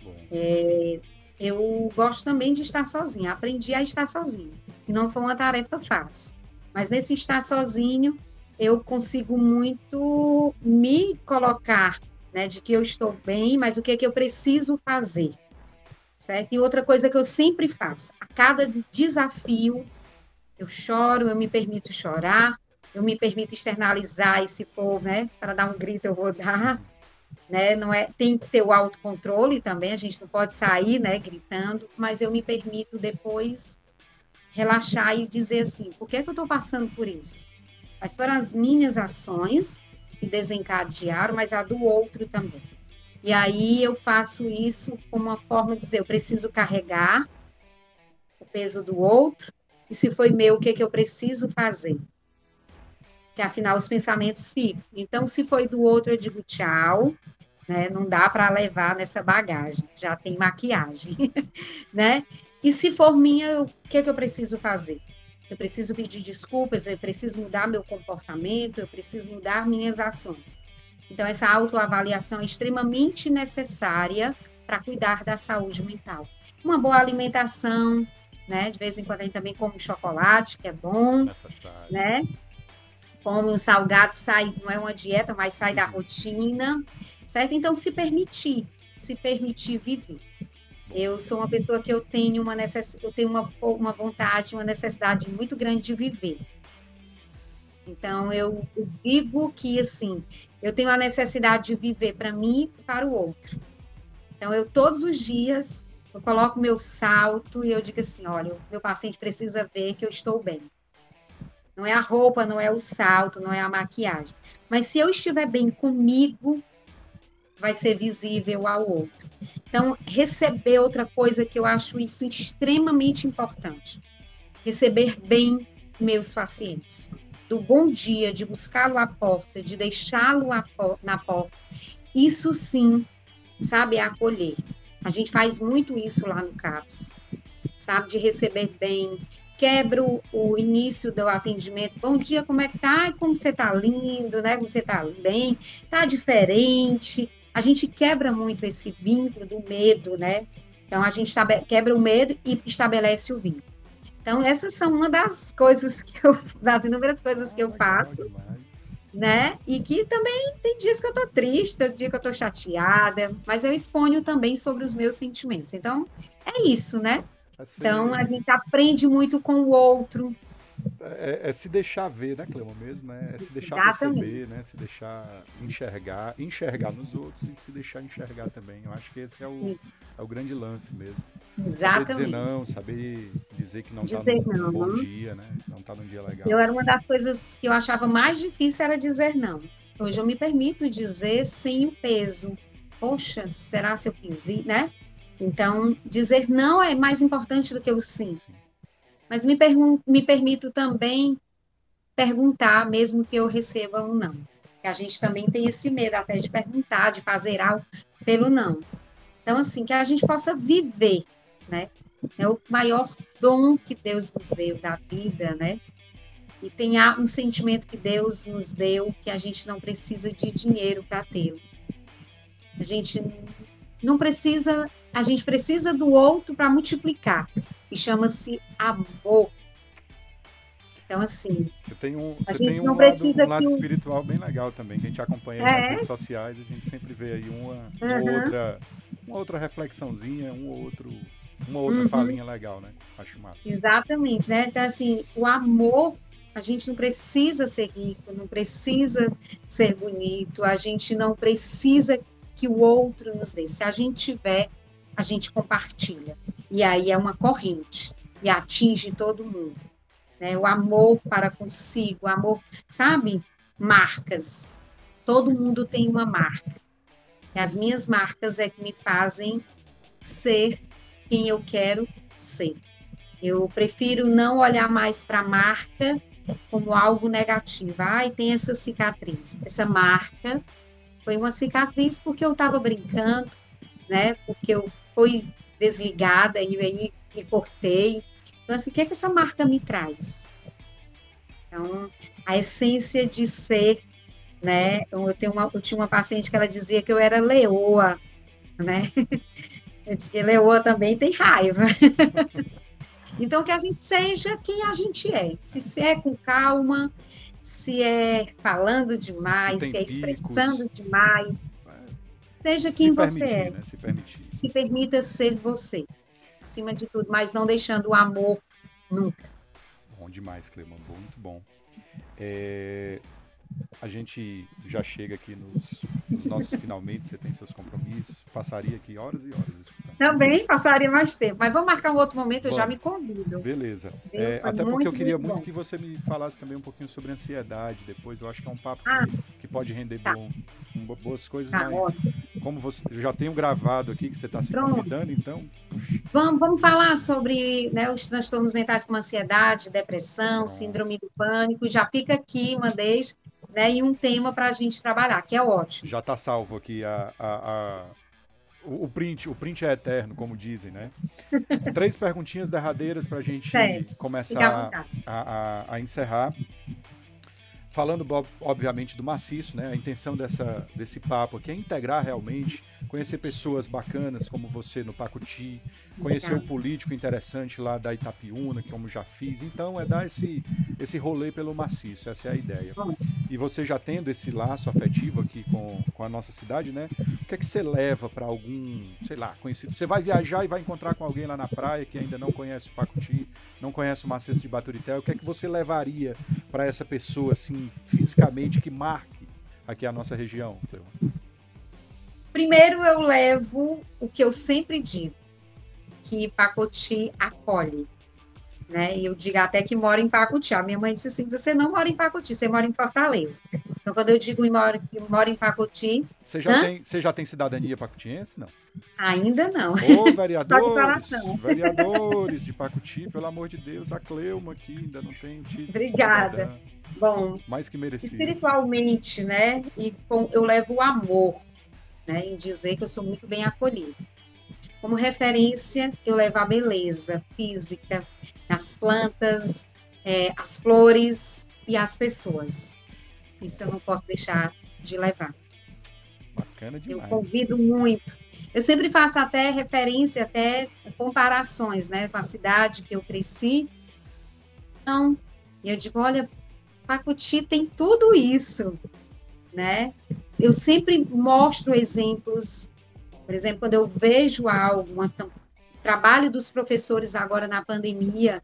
[SPEAKER 2] É, eu gosto também de estar sozinha, aprendi a estar sozinha. Não foi uma tarefa fácil, mas nesse estar sozinho, eu consigo muito me colocar, né, de que eu estou bem, mas o que é que eu preciso fazer, certo? E outra coisa que eu sempre faço, a cada desafio, eu choro, eu me permito chorar, eu me permito externalizar, e se for, né, para dar um grito, eu vou dar, né, não é, tem que ter o autocontrole também, a gente não pode sair, né, gritando, mas eu me permito depois relaxar e dizer assim, por que é que eu estou passando por isso? Mas foram as minhas ações que desencadearam, mas a do outro também. E aí eu faço isso como uma forma de dizer, eu preciso carregar o peso do outro, e se foi meu, o que é que eu preciso fazer? Que afinal os pensamentos ficam. Então, se foi do outro, eu digo tchau, né? Não dá para levar nessa bagagem, já tem maquiagem, né? E se for minha, o que é que eu preciso fazer? Eu preciso pedir desculpas, eu preciso mudar meu comportamento, eu preciso mudar minhas ações. Então, essa autoavaliação é extremamente necessária para cuidar da saúde mental. Uma boa alimentação, né? De vez em quando a gente também come chocolate, que é bom, necessário, né? Come um salgado, sai, não é uma dieta, mas sai da rotina, certo? Então, se permitir, se permitir viver. Eu sou uma pessoa que eu tenho uma necess... eu tenho uma, uma vontade, uma necessidade muito grande de viver. Então, eu, eu digo que, assim, eu tenho a necessidade de viver para mim e para o outro. Então, eu todos os dias, eu coloco meu salto e eu digo assim, olha, o meu paciente precisa ver que eu estou bem. Não é a roupa, não é o salto, não é a maquiagem. Mas se eu estiver bem comigo, vai ser visível ao outro. Então, receber outra coisa que eu acho isso extremamente importante. Receber bem meus pacientes. Do bom dia, de buscá-lo à porta, de deixá-lo na porta. Isso sim, sabe, é acolher. A gente faz muito isso lá no CAPS, sabe, de receber bem, quebro o início do atendimento. Bom dia, como é que tá? Ai, como você tá lindo, né? Como você tá bem? Tá diferente. A gente quebra muito esse vínculo do medo, né? Então, a gente quebra o medo e estabelece o vínculo. Então, essas são uma das coisas que eu, das inúmeras coisas
[SPEAKER 1] Ah,
[SPEAKER 2] que eu
[SPEAKER 1] legal
[SPEAKER 2] faço,
[SPEAKER 1] demais.
[SPEAKER 2] né? E que também tem dias que eu tô triste, tem dia que eu tô chateada, mas eu exponho também sobre os meus sentimentos. Então, é isso, né?
[SPEAKER 1] É,
[SPEAKER 2] Então, a
[SPEAKER 1] ser-
[SPEAKER 2] gente aprende muito com o outro.
[SPEAKER 1] é- é se deixar ver, né, Clema, mesmo? É, é se deixar
[SPEAKER 2] Exatamente.
[SPEAKER 1] perceber, né? Se deixar enxergar, enxergar nos outros e se deixar enxergar também. Eu acho que esse é o, é o grande lance mesmo. Saber dizer
[SPEAKER 2] Exatamente.
[SPEAKER 1] não, saber dizer que não tá num,
[SPEAKER 2] Dizer
[SPEAKER 1] num bom
[SPEAKER 2] não.
[SPEAKER 1] dia, né? Não tá num dia
[SPEAKER 2] Eu
[SPEAKER 1] legal.
[SPEAKER 2] era uma das coisas que eu achava mais difícil era dizer não. Hoje eu me permito dizer sem o peso. Poxa, será se eu quis ir, né? Então, dizer não é mais importante do que o sim.
[SPEAKER 1] Sim.
[SPEAKER 2] Mas me, pergun- me permito também perguntar, mesmo que eu receba um não. Que a gente também tem esse medo até de perguntar, de fazer algo pelo não. Então, assim, que a gente possa viver, né? É o maior dom que Deus nos deu da vida, né? E tem um sentimento que Deus nos deu que a gente não precisa de dinheiro para tê-lo. A gente não precisa, a gente precisa do outro para multiplicar. E chama-se amor. Então, assim,
[SPEAKER 1] Você tem um,
[SPEAKER 2] a
[SPEAKER 1] você tem
[SPEAKER 2] gente
[SPEAKER 1] um
[SPEAKER 2] não
[SPEAKER 1] lado, um
[SPEAKER 2] precisa
[SPEAKER 1] lado
[SPEAKER 2] que o.
[SPEAKER 1] espiritual bem legal também, que a gente acompanha aí nas redes
[SPEAKER 2] É,
[SPEAKER 1] sociais, a gente sempre vê aí uma, uma
[SPEAKER 2] uhum,
[SPEAKER 1] outra, uma outra reflexãozinha, um ou outro, uma outra
[SPEAKER 2] uhum,
[SPEAKER 1] falinha legal, né? Acho massa.
[SPEAKER 2] exatamente, né? Então, assim, o amor, a gente não precisa ser rico, não precisa ser bonito, a gente não precisa que o outro nos dê. Se a gente tiver, a gente compartilha. E aí é uma corrente e atinge todo mundo, né? O amor para consigo, o amor, sabe? Marcas. Todo
[SPEAKER 1] Sim.
[SPEAKER 2] mundo tem uma marca. E as minhas marcas é que me fazem ser quem eu quero ser. Eu prefiro não olhar mais para a marca como algo negativo. Ai, tem essa cicatriz. Essa marca foi uma cicatriz porque eu estava brincando, né? Porque eu fui desligada e aí me cortei. Então, assim, o que, é que essa marca me traz? Então, a essência de ser, né? Eu, tenho uma, eu tinha uma paciente que ela dizia que eu era leoa, né? Eu disse que leoa também tem raiva. Então, que a gente seja quem a gente é. Se é com calma, se é falando
[SPEAKER 1] Se
[SPEAKER 2] demais,
[SPEAKER 1] tem
[SPEAKER 2] se é
[SPEAKER 1] picos,
[SPEAKER 2] expressando demais,
[SPEAKER 1] é,
[SPEAKER 2] seja
[SPEAKER 1] se
[SPEAKER 2] quem você é.
[SPEAKER 1] permitir, né? Se permitir.
[SPEAKER 2] Se permita ser você, acima de tudo, mas não deixando o amor nunca.
[SPEAKER 1] Bom demais, Cleman, muito bom. É, a gente já chega aqui nos, nos nossos finalmente, você tem seus compromissos, passaria aqui horas e horas escutando.
[SPEAKER 2] Também passaria mais tempo, mas vamos marcar um outro momento, eu já me
[SPEAKER 1] Vamos.
[SPEAKER 2] convido.
[SPEAKER 1] Beleza.
[SPEAKER 2] Viu?
[SPEAKER 1] É,
[SPEAKER 2] Foi
[SPEAKER 1] até porque eu
[SPEAKER 2] muito,
[SPEAKER 1] queria
[SPEAKER 2] muito
[SPEAKER 1] muito
[SPEAKER 2] bom.
[SPEAKER 1] que você me falasse também um pouquinho sobre ansiedade depois. Eu acho que é um papo
[SPEAKER 2] Ah,
[SPEAKER 1] que, que pode render
[SPEAKER 2] tá,
[SPEAKER 1] bom, um, boas coisas,
[SPEAKER 2] tá,
[SPEAKER 1] mas
[SPEAKER 2] ótimo.
[SPEAKER 1] como você eu já tenho gravado aqui que você está se
[SPEAKER 2] Pronto.
[SPEAKER 1] convidando, então, puxa,
[SPEAKER 2] Vamos, vamos falar sobre, né, os transtornos mentais como ansiedade, depressão,
[SPEAKER 1] pronto.
[SPEAKER 2] síndrome do pânico. Já fica aqui uma vez, né, e um tema para a gente trabalhar, que é ótimo.
[SPEAKER 1] Já está salvo aqui a, a, a- o, o print. O print é eterno, como dizem, né? Três perguntinhas derradeiras para a gente
[SPEAKER 2] Certo. Fica à
[SPEAKER 1] começar
[SPEAKER 2] vontade.
[SPEAKER 1] a, a, a encerrar. Falando, obviamente, do maciço, né? A intenção dessa, desse papo aqui é integrar realmente, conhecer pessoas bacanas como você no Pacuti, conhecer o
[SPEAKER 2] Legal.
[SPEAKER 1] político interessante lá da Itapiúna, como já fiz. Então, é dar esse, esse rolê pelo maciço, essa é a ideia.
[SPEAKER 2] Bom,
[SPEAKER 1] E você já tendo esse laço afetivo aqui com, com a nossa cidade, né? O que é que você leva para algum, sei lá, conhecido? Você vai viajar e vai encontrar com alguém lá na praia que ainda não conhece o Pacuti, não conhece o maciço de Baturité. O que é que você levaria para essa pessoa, assim, fisicamente, que marque aqui a nossa região, Cleo?
[SPEAKER 2] primeiro eu levo o que eu sempre digo, que Pacoti acolhe. Né? E eu digo até que moro em Pacuti. A minha mãe disse assim: você não mora em Pacuti, você mora em Fortaleza. Então, quando eu digo que moro, que moro em Pacuti,
[SPEAKER 1] Você já
[SPEAKER 2] hã?
[SPEAKER 1] tem, você já tem cidadania pacutiense? Não.
[SPEAKER 2] Ainda não.
[SPEAKER 1] Ô,
[SPEAKER 2] Só de
[SPEAKER 1] vereadores,
[SPEAKER 2] coração.
[SPEAKER 1] vereadores de Pacuti, pelo amor de Deus, a Cleuma aqui ainda não tem o título de
[SPEAKER 2] Obrigada.
[SPEAKER 1] cidadã,
[SPEAKER 2] Bom,
[SPEAKER 1] mais que merecido.
[SPEAKER 2] espiritualmente, né? E com, eu levo o amor, né? Em dizer que eu sou muito bem acolhida. como referência, eu levo a beleza física, as plantas, é, as flores e as pessoas. Isso eu não posso deixar de levar.
[SPEAKER 1] Bacana
[SPEAKER 2] Eu
[SPEAKER 1] demais.
[SPEAKER 2] convido muito. Eu sempre faço até referência, até comparações, né, com a cidade que eu cresci. Então, eu digo, olha, Pacuti tem tudo isso, né? Eu sempre mostro exemplos. Por exemplo, quando eu vejo algo, um trabalho dos professores agora na pandemia,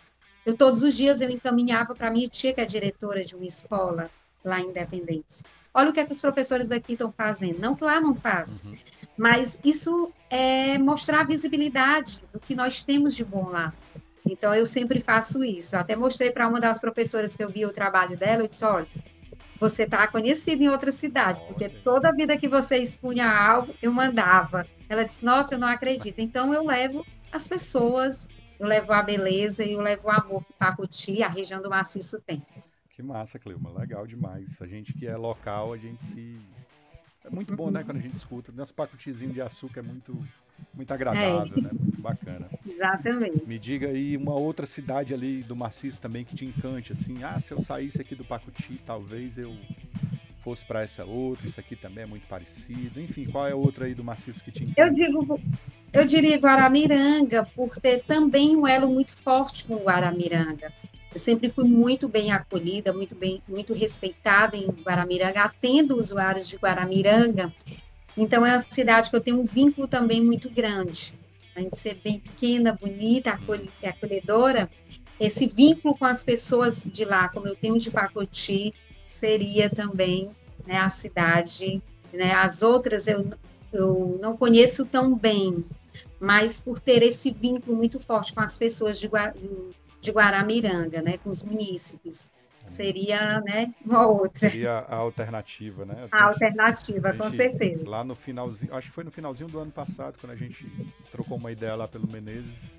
[SPEAKER 2] eu todos os dias eu encaminhava para minha tia, que é diretora de uma escola lá em Independência. Olha o que é que os professores daqui estão fazendo. Não que lá não faz,
[SPEAKER 1] Uhum.
[SPEAKER 2] mas isso é mostrar a visibilidade do que nós temos de bom lá. Então, eu sempre faço isso. Eu até mostrei para uma das professoras que eu vi o trabalho dela, eu disse, olha, você está conhecida em outra cidade, porque
[SPEAKER 1] Olha.
[SPEAKER 2] toda vida que você expunha algo, eu mandava. Ela disse, nossa, eu não acredito. Então, eu levo as pessoas, eu levo a beleza e eu levo o amor que Pacuti, a região do Maciço, tem.
[SPEAKER 1] Que massa, Cleuma. Legal demais. A gente que é local, a gente se. É muito bom, né,
[SPEAKER 2] Uhum.
[SPEAKER 1] quando a gente escuta. Nosso pacutizinho de açúcar é muito, muito
[SPEAKER 2] É,
[SPEAKER 1] agradável, né? Muito bacana. Me
[SPEAKER 2] exatamente.
[SPEAKER 1] diga aí uma outra cidade ali do Maciço também que te encante, assim. Ah, se eu saísse aqui do Pacuti, talvez eu fosse para essa outra. Isso aqui também é muito parecido. Enfim, qual é a outra aí do Maciço que te
[SPEAKER 2] Eu
[SPEAKER 1] encanta?
[SPEAKER 2] digo, eu diria Guaramiranga, por ter também um elo muito forte com o Guaramiranga. Eu sempre fui muito bem acolhida, muito bem, muito respeitada em Guaramiranga, atendo usuários de Guaramiranga. Então, é uma cidade que eu tenho um vínculo também muito grande. Além de ser bem pequena, bonita,
[SPEAKER 1] Hum,
[SPEAKER 2] acolhedora, esse vínculo com as pessoas de lá, como eu tenho de Pacoti, seria também, né, a cidade. Né, as outras eu, eu não conheço tão bem, mas por ter esse vínculo muito forte com as pessoas de, de Guaramiranga, né, com os munícipes, seria, né, uma outra,
[SPEAKER 1] seria a alternativa, né? A
[SPEAKER 2] a
[SPEAKER 1] gente, a
[SPEAKER 2] alternativa, com
[SPEAKER 1] gente
[SPEAKER 2] certeza.
[SPEAKER 1] lá no finalzinho, acho que foi no finalzinho do ano passado, quando a gente trocou uma ideia lá pelo Menezes,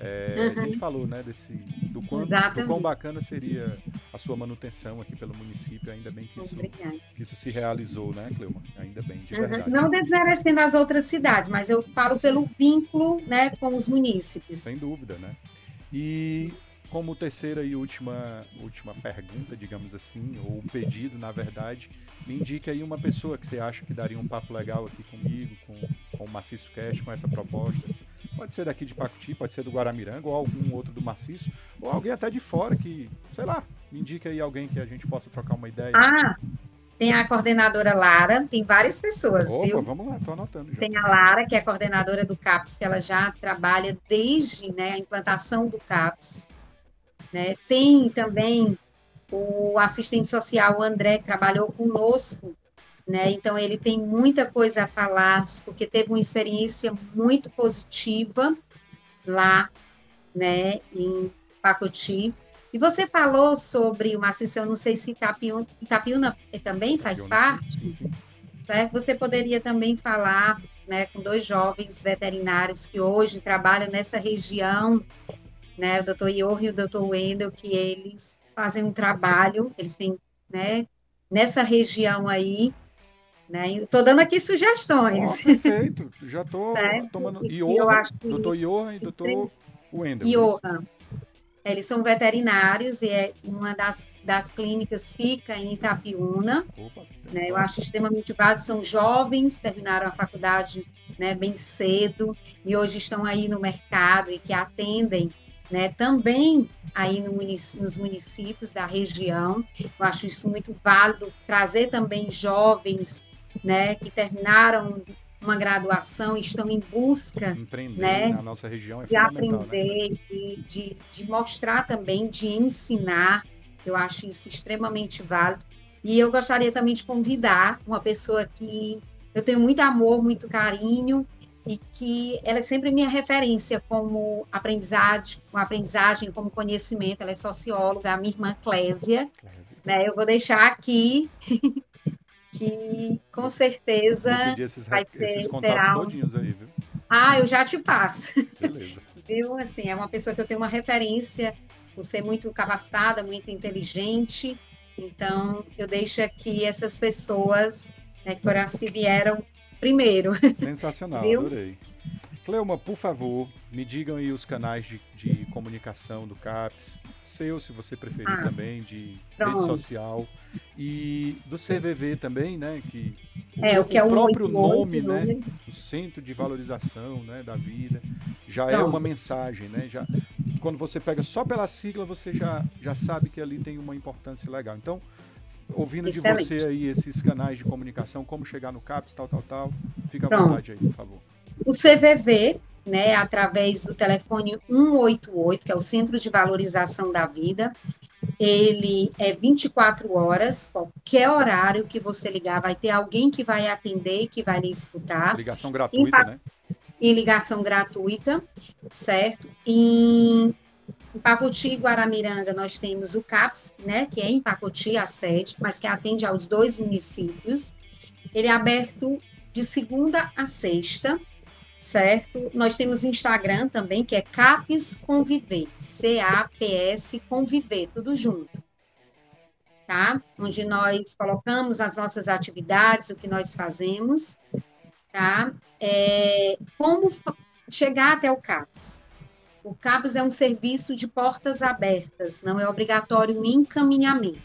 [SPEAKER 1] é, a gente
[SPEAKER 2] Uhum,
[SPEAKER 1] falou, né, desse, do, quão, do quão
[SPEAKER 2] exatamente.
[SPEAKER 1] bacana seria a sua manutenção aqui pelo município, ainda bem que isso,
[SPEAKER 2] Obrigada.
[SPEAKER 1] que isso se realizou, né, Cleuma? Ainda bem, de
[SPEAKER 2] Uhum.
[SPEAKER 1] verdade.
[SPEAKER 2] Não desmerecendo as outras cidades, mas eu falo pelo vínculo, né, com os munícipes.
[SPEAKER 1] Sem dúvida, né? E como terceira e última, última pergunta, digamos assim, ou um pedido, na verdade, me indica aí uma pessoa que você acha que daria um papo legal aqui comigo, com, com o Maciço Cast, com essa proposta. Pode ser daqui de Pacuti, pode ser do Guaramiranga, ou algum outro do Maciço, ou alguém até de fora que, sei lá, me indica aí alguém que a gente possa trocar uma ideia.
[SPEAKER 2] Ah, tem a coordenadora Lara, tem várias pessoas,
[SPEAKER 1] Opa,
[SPEAKER 2] viu?
[SPEAKER 1] vamos lá, tô anotando já.
[SPEAKER 2] Tem a Lara, que é coordenadora do CAPS, que ela já trabalha desde, né, a implantação do CAPS. Né? Tem também o assistente social, o André, que trabalhou conosco, né? Então, ele tem muita coisa a falar, porque teve uma experiência muito positiva lá, né, em Pacoti. E você falou sobre o Maciço, eu não sei se Itapiúna, Itapiúna também faz
[SPEAKER 1] Itapiúna, sim,
[SPEAKER 2] parte,
[SPEAKER 1] sim, sim.
[SPEAKER 2] né? Você poderia também falar, né, com dois jovens veterinários que hoje trabalham nessa região, né, o doutor Iorri e o doutor Wendel, que eles fazem um trabalho, eles têm, né, nessa região aí, né, estou dando aqui
[SPEAKER 1] Ó,
[SPEAKER 2] sugestões,
[SPEAKER 1] perfeito. Já tô
[SPEAKER 2] certo?
[SPEAKER 1] tomando
[SPEAKER 2] E que eu
[SPEAKER 1] Johan,
[SPEAKER 2] acho que
[SPEAKER 1] doutor Johan e doutor Wendel, é isso?
[SPEAKER 2] Johan, eles são veterinários e é uma das, das clínicas fica em Itapiúna,
[SPEAKER 1] Opa,
[SPEAKER 2] né, eu
[SPEAKER 1] top.
[SPEAKER 2] acho extremamente válido, são jovens, terminaram a faculdade, né, bem cedo e hoje estão aí no mercado e que atendem, né, também aí no munic nos municípios da região. Eu acho isso muito válido, trazer também jovens, né, que terminaram uma graduação e estão em busca,
[SPEAKER 1] Empreender
[SPEAKER 2] né,
[SPEAKER 1] na nossa região é
[SPEAKER 2] de
[SPEAKER 1] fundamental, né, Cleber?
[SPEAKER 2] aprender, de, de, de mostrar também, de ensinar. Eu acho isso extremamente válido. E eu gostaria também de convidar uma pessoa que eu tenho muito amor, muito carinho, e que ela é sempre minha referência como aprendizagem, como aprendizagem, como conhecimento. Ela é socióloga, a minha irmã Clésia.
[SPEAKER 1] Clésia.
[SPEAKER 2] Né? Eu vou deixar aqui que, com
[SPEAKER 1] Vou,
[SPEAKER 2] certeza,
[SPEAKER 1] vou pedir esses,
[SPEAKER 2] vai
[SPEAKER 1] esses
[SPEAKER 2] ter,
[SPEAKER 1] contatos
[SPEAKER 2] terá um...
[SPEAKER 1] todinhos aí, viu?
[SPEAKER 2] Ah, eu já te passo.
[SPEAKER 1] Beleza.
[SPEAKER 2] Viu? Assim, é uma pessoa que eu tenho uma referência por ser muito capacitada, muito inteligente. Então, eu deixo aqui essas pessoas, né, que foram as que vieram primeiro,
[SPEAKER 1] Sensacional,
[SPEAKER 2] viu?
[SPEAKER 1] adorei. Cleuma, por favor, me digam aí os canais de, de comunicação do CAPS, seu, se você preferir
[SPEAKER 2] Ah,
[SPEAKER 1] também, de rede
[SPEAKER 2] pronto.
[SPEAKER 1] social, e do C V V também, né, que
[SPEAKER 2] É, o
[SPEAKER 1] o,
[SPEAKER 2] que
[SPEAKER 1] o
[SPEAKER 2] é o
[SPEAKER 1] próprio
[SPEAKER 2] cento e oitenta e oito,
[SPEAKER 1] nome, né,
[SPEAKER 2] número.
[SPEAKER 1] o Centro de Valorização, né, da Vida, já é uma
[SPEAKER 2] Pronto.
[SPEAKER 1] mensagem, né, já, quando você pega só pela sigla, você já, já sabe que ali tem uma importância legal. Então, ouvindo de você
[SPEAKER 2] Excelente.
[SPEAKER 1] aí esses canais de comunicação, como chegar no CAPS, tal, tal, tal, fica à
[SPEAKER 2] Pronto.
[SPEAKER 1] vontade aí, por favor.
[SPEAKER 2] O C V V, né, através do telefone cento e oitenta e oito, que é o Centro de Valorização da Vida, ele é vinte e quatro horas, qualquer horário que você ligar, vai ter alguém que vai atender, que vai lhe escutar,
[SPEAKER 1] Ligação
[SPEAKER 2] em,
[SPEAKER 1] gratuita, né?
[SPEAKER 2] em ligação gratuita, certo? Em, em Pacoti e Guaramiranga, nós temos o CAPS, né, que é em Pacoti, a sede, mas que atende aos dois municípios. Ele é aberto de segunda a sexta, certo? Nós temos Instagram também, que é CAPS Conviver, C A P S Conviver, tudo junto, tá? Onde nós colocamos as nossas atividades, o que nós fazemos, tá? É, como chegar até o CAPS? O CAPS é um serviço de portas abertas, não é obrigatório o encaminhamento,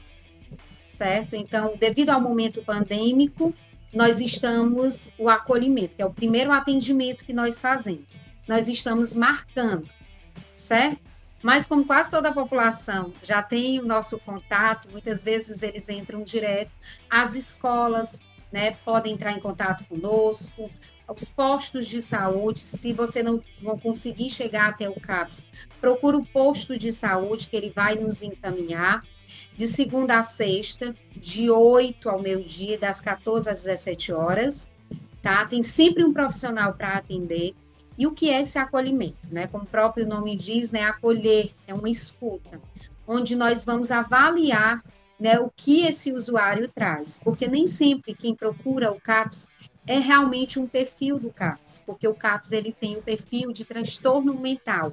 [SPEAKER 2] certo? Então, devido ao momento pandêmico, nós estamos, o acolhimento, que é o primeiro atendimento que nós fazemos, nós estamos marcando, certo? Mas como quase toda a população já tem o nosso contato, muitas vezes eles entram direto, as escolas, né, podem entrar em contato conosco, os postos de saúde, se você não, não conseguir chegar até o CAPS, procura o posto de saúde que ele vai nos encaminhar, de segunda a sexta, de oito ao meio-dia, das quatorze às dezessete horas, tá? Tem sempre um profissional para atender. E o que é esse acolhimento, né? Como o próprio nome diz, né? Acolher é uma escuta, onde nós vamos avaliar, né, o que esse usuário traz, porque nem sempre quem procura o CAPS é realmente um perfil do CAPS, porque o CAPS ele tem o perfil de transtorno mental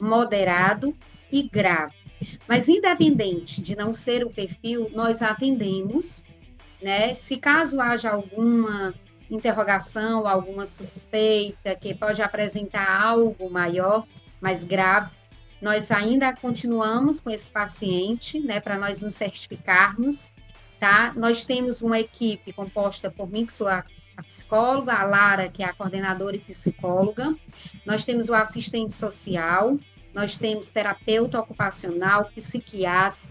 [SPEAKER 2] moderado e grave. Mas, independente de não ser o perfil, nós atendemos, né? Se caso haja alguma interrogação, alguma suspeita que pode apresentar algo maior, mais grave, nós ainda continuamos com esse paciente, né? Para nós nos certificarmos, tá? Nós temos uma equipe composta por mim, que sou a, a psicóloga, a Lara, que é a coordenadora e psicóloga, nós temos o assistente social, nós temos terapeuta ocupacional, psiquiatra,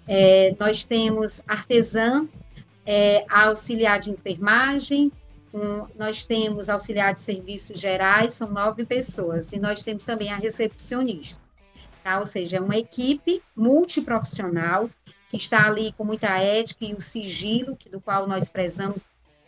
[SPEAKER 2] é, nós temos artesã, é, auxiliar de enfermagem, um, nós temos auxiliar de serviços gerais, são nove pessoas, e nós temos também a recepcionista, tá? Ou seja, é uma equipe multiprofissional que está ali com muita ética e o sigilo, que, do qual nós prezamos.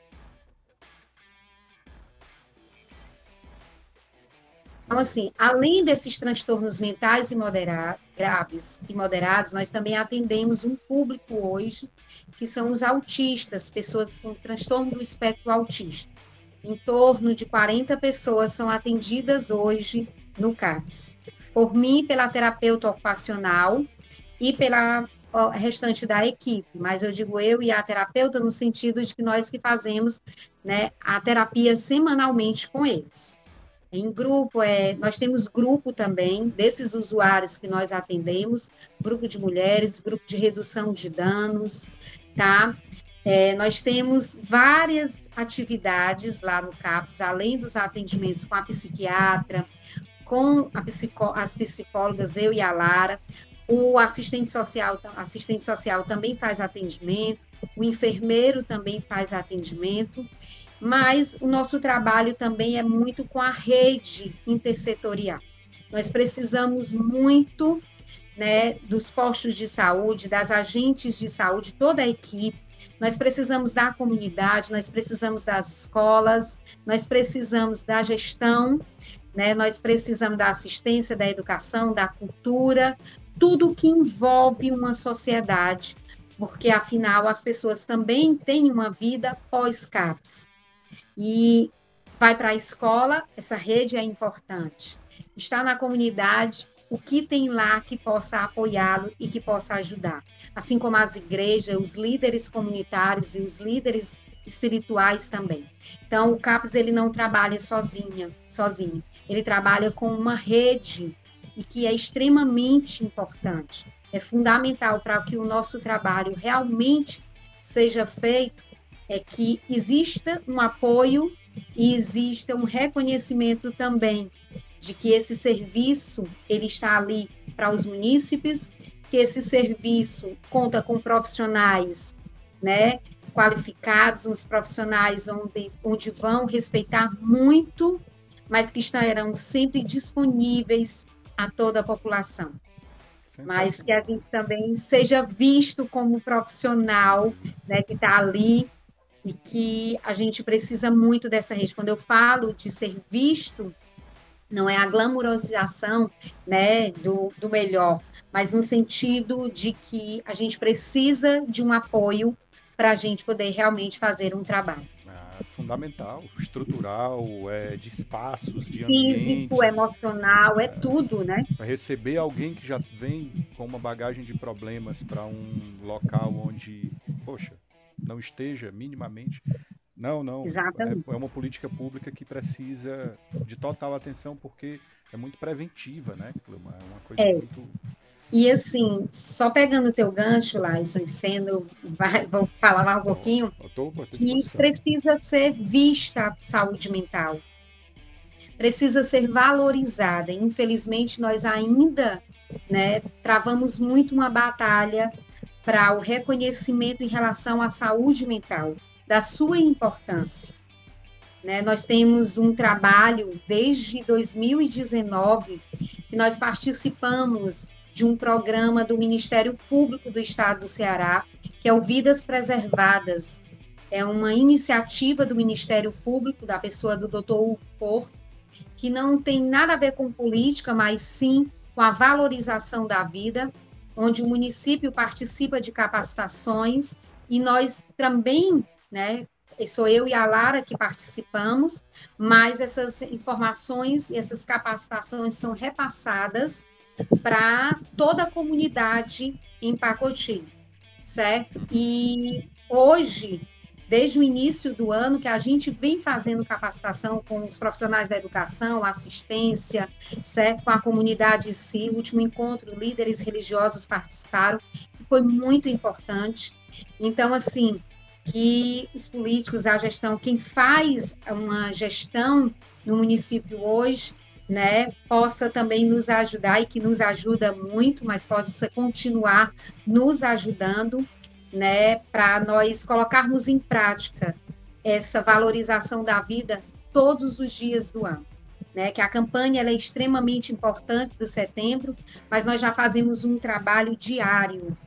[SPEAKER 2] Então, assim, além desses transtornos mentais e moderados, graves e moderados, nós também atendemos um público hoje, que são os autistas, pessoas com transtorno do espectro autista. Em torno de quarenta pessoas são atendidas hoje no CAPS. Por mim, pela terapeuta ocupacional e pela restante da equipe, mas eu digo eu e a terapeuta no sentido de que nós que fazemos, né, a terapia semanalmente com eles. Em grupo, é, nós temos grupo também desses usuários que nós atendemos, grupo de mulheres, grupo de redução de danos, tá? É, nós temos várias atividades lá no CAPS, além dos atendimentos com a psiquiatra, com a psicó as psicólogas, eu e a Lara, o assistente social, assistente social também faz atendimento, o enfermeiro também faz atendimento, mas o nosso trabalho também é muito com a rede intersetorial. Nós precisamos muito, né, dos postos de saúde, das agentes de saúde, toda a equipe, nós precisamos da comunidade, nós precisamos das escolas, nós precisamos da gestão, né, nós precisamos da assistência, da educação, da cultura, tudo que envolve uma sociedade, porque, afinal, as pessoas também têm uma vida pós-CAPS. E vai para a escola, essa rede é importante. Está na comunidade, o que tem lá que possa apoiá-lo e que possa ajudar. Assim como as igrejas, os líderes comunitários e os líderes espirituais também. Então, o CAPS ele não trabalha sozinha, sozinho. ele trabalha com uma rede e que é extremamente importante. É fundamental para que o nosso trabalho realmente seja feito, é que exista um apoio e exista um reconhecimento também de que esse serviço ele está ali para os munícipes, que esse serviço conta com profissionais, né, qualificados, uns profissionais onde, onde vão respeitar muito, mas que estarão sempre disponíveis a toda a população. Mas que a gente também seja visto como profissional, né, que está ali, e que a gente precisa muito dessa rede. Quando eu falo de ser visto, não é a glamourosidade, né, do, do melhor, mas no sentido de que a gente precisa de um apoio para a gente poder realmente fazer um trabalho.
[SPEAKER 1] Ah, fundamental, estrutural, é, de espaços, de
[SPEAKER 2] Físico,
[SPEAKER 1] ambientes.
[SPEAKER 2] Emocional, é, é tudo, né?
[SPEAKER 1] Para receber alguém que já vem com uma bagagem de problemas para um local onde, poxa, não esteja minimamente. Não, não. É, é uma política pública que precisa de total atenção porque é muito preventiva, né? É uma coisa
[SPEAKER 2] é.
[SPEAKER 1] muito.
[SPEAKER 2] E assim, só pegando o teu gancho, Laison, sendo, vai, vou falar mais um pouquinho,
[SPEAKER 1] eu tô, eu tô
[SPEAKER 2] que precisa ser vista a saúde mental. Precisa ser valorizada. Infelizmente, nós ainda, né, travamos muito uma batalha para o reconhecimento em relação à saúde mental, da sua importância. Né? Nós temos um trabalho desde dois mil e dezenove que nós participamos de um programa do Ministério Público do Estado do Ceará, que é o Vidas Preservadas. É uma iniciativa do Ministério Público, da pessoa do doutor Hugo Porto, que não tem nada a ver com política, mas sim com a valorização da vida, onde o município participa de capacitações e nós também, né, sou eu e a Lara que participamos, mas essas informações e essas capacitações são repassadas para toda a comunidade em Pacotinho, certo? E hoje, desde o início do ano, que a gente vem fazendo capacitação com os profissionais da educação, assistência, certo? Com a comunidade em si, o último encontro, líderes religiosos participaram, foi muito importante. Então, assim, que os políticos, a gestão, quem faz uma gestão no município hoje, né, possa também nos ajudar, e que nos ajuda muito, mas possa continuar nos ajudando, né, para nós colocarmos em prática essa valorização da vida todos os dias do ano. Né, que a campanha ela é extremamente importante do setembro, mas nós já fazemos um trabalho diário.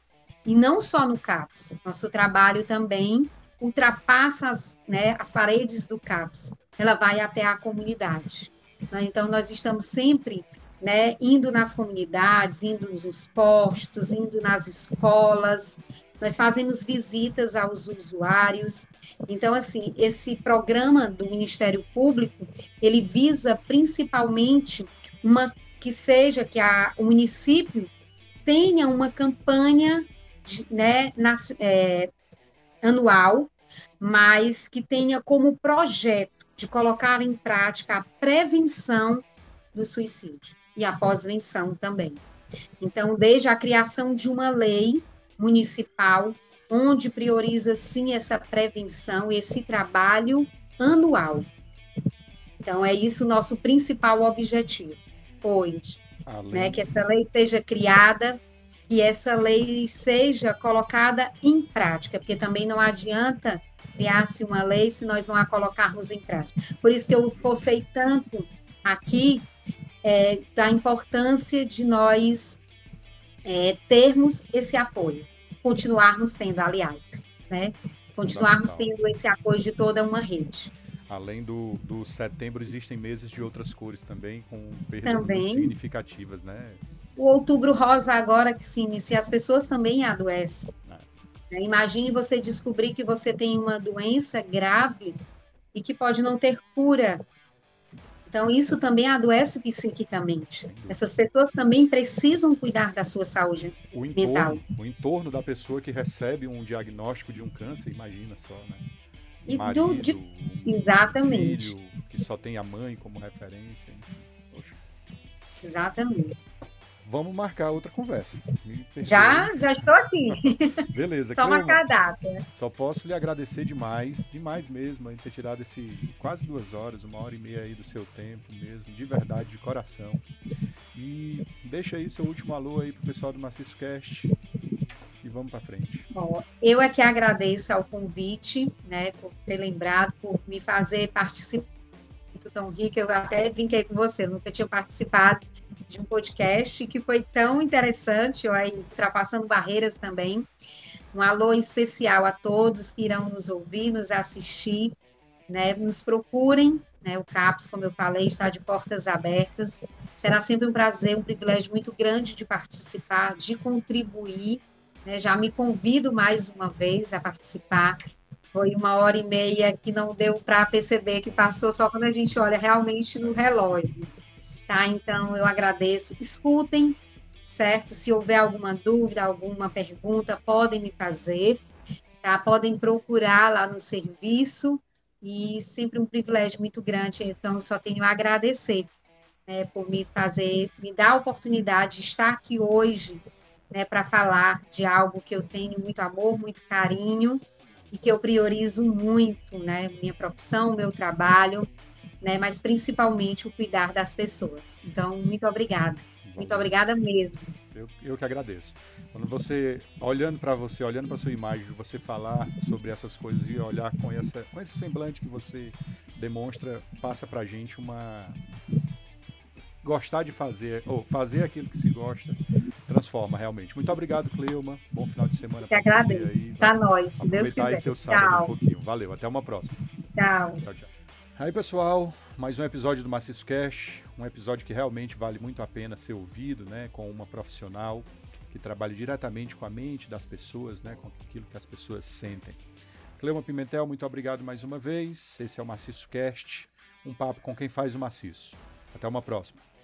[SPEAKER 2] E não só no CAPS, nosso trabalho também ultrapassa as, né, as paredes do CAPS, ela vai até a comunidade. Né? Então, nós estamos sempre, né, indo nas comunidades, indo nos postos, indo nas escolas, nós fazemos visitas aos usuários. Então, assim, esse programa do Ministério Público, ele visa principalmente uma, que seja, que a, o município tenha uma campanha de, né, na, é, anual, mas que tenha como projeto de colocar em prática a prevenção do suicídio e a pós-venção também. Então, desde a criação de uma lei municipal, onde prioriza, sim, essa prevenção, esse trabalho anual. Então, é isso o nosso principal objetivo hoje, Além... né, que essa lei seja criada, que essa lei seja colocada em prática, porque também não adianta criar-se uma lei se nós não a colocarmos em prática. Por isso que eu forcei tanto aqui é, da importância de nós é, termos esse apoio, continuarmos tendo, aliás, né? Continuarmos tendo esse apoio de toda uma rede.
[SPEAKER 1] Além do, do setembro, existem meses de outras cores também, com perdas
[SPEAKER 2] também.
[SPEAKER 1] muito significativas, né?
[SPEAKER 2] O outubro rosa agora que se inicia, as pessoas também adoecem. É. Imagine você descobrir que você tem uma doença grave e que pode não ter cura. Então, isso também adoece psiquicamente. Essas pessoas também precisam cuidar da sua saúde
[SPEAKER 1] o
[SPEAKER 2] entorno, mental.
[SPEAKER 1] O entorno da pessoa que recebe um diagnóstico de um câncer, imagina só, né?
[SPEAKER 2] E Marido, do, de... Exatamente.
[SPEAKER 1] Um filho que só tem a mãe como referência, enfim. Poxa.
[SPEAKER 2] Exatamente.
[SPEAKER 1] Vamos marcar outra conversa.
[SPEAKER 2] Já, já estou aqui.
[SPEAKER 1] Beleza,
[SPEAKER 2] só marcar a data.
[SPEAKER 1] Só posso lhe agradecer demais, demais mesmo, em ter tirado esse quase duas horas, uma hora e meia aí do seu tempo mesmo, de verdade, de coração. E deixa aí seu último alô aí pro pessoal do Maciço Cast e vamos para frente.
[SPEAKER 2] Bom, eu é que agradeço ao convite, né, por ter lembrado, por me fazer participar tão rica. Eu até brinquei com você, nunca tinha participado de um podcast que foi tão interessante, aí, ultrapassando barreiras também. Um alô especial a todos que irão nos ouvir, nos assistir, né? Nos procurem, né? O CAPS, como eu falei, está de portas abertas. Será sempre um prazer, um privilégio muito grande de participar, de contribuir, né? Já me convido mais uma vez a participar. Foi uma hora e meia que não deu para perceber que passou só quando a gente olha realmente no relógio. Tá? Então, eu agradeço. Escutem, certo? Se houver alguma dúvida, alguma pergunta, podem me fazer, tá? Podem procurar lá no serviço e sempre um privilégio muito grande. Então, só tenho a agradecer, né, por me fazer, me dar a oportunidade de estar aqui hoje, né, para falar de algo que eu tenho muito amor, muito carinho e que eu priorizo muito, né? Minha profissão, meu trabalho, né? Mas principalmente o cuidar das pessoas. Então, muito obrigada.
[SPEAKER 1] Bom,
[SPEAKER 2] muito obrigada mesmo.
[SPEAKER 1] Eu, eu que agradeço. Quando você, olhando para você, olhando para sua imagem, você falar sobre essas coisas e olhar com, essa, com esse semblante que você demonstra, passa para a gente uma... gostar de fazer, ou fazer aquilo que se gosta, transforma realmente. Muito obrigado, Cleuma. Bom final de semana para você aí.
[SPEAKER 2] Para nós, se Deus
[SPEAKER 1] aproveitar
[SPEAKER 2] quiser.
[SPEAKER 1] Aí seu sábado
[SPEAKER 2] Tchau.
[SPEAKER 1] um pouquinho. Valeu, até uma próxima.
[SPEAKER 2] Tchau.
[SPEAKER 1] Tchau, tchau. Aí, pessoal, mais um episódio do Maciço Cast, um episódio que realmente vale muito a pena ser ouvido, né, com uma profissional que trabalha diretamente com a mente das pessoas, né, com aquilo que as pessoas sentem. Cleuma Pimentel, muito obrigado mais uma vez. Esse é o Maciço Cast, um papo com quem faz o maciço. Até uma próxima.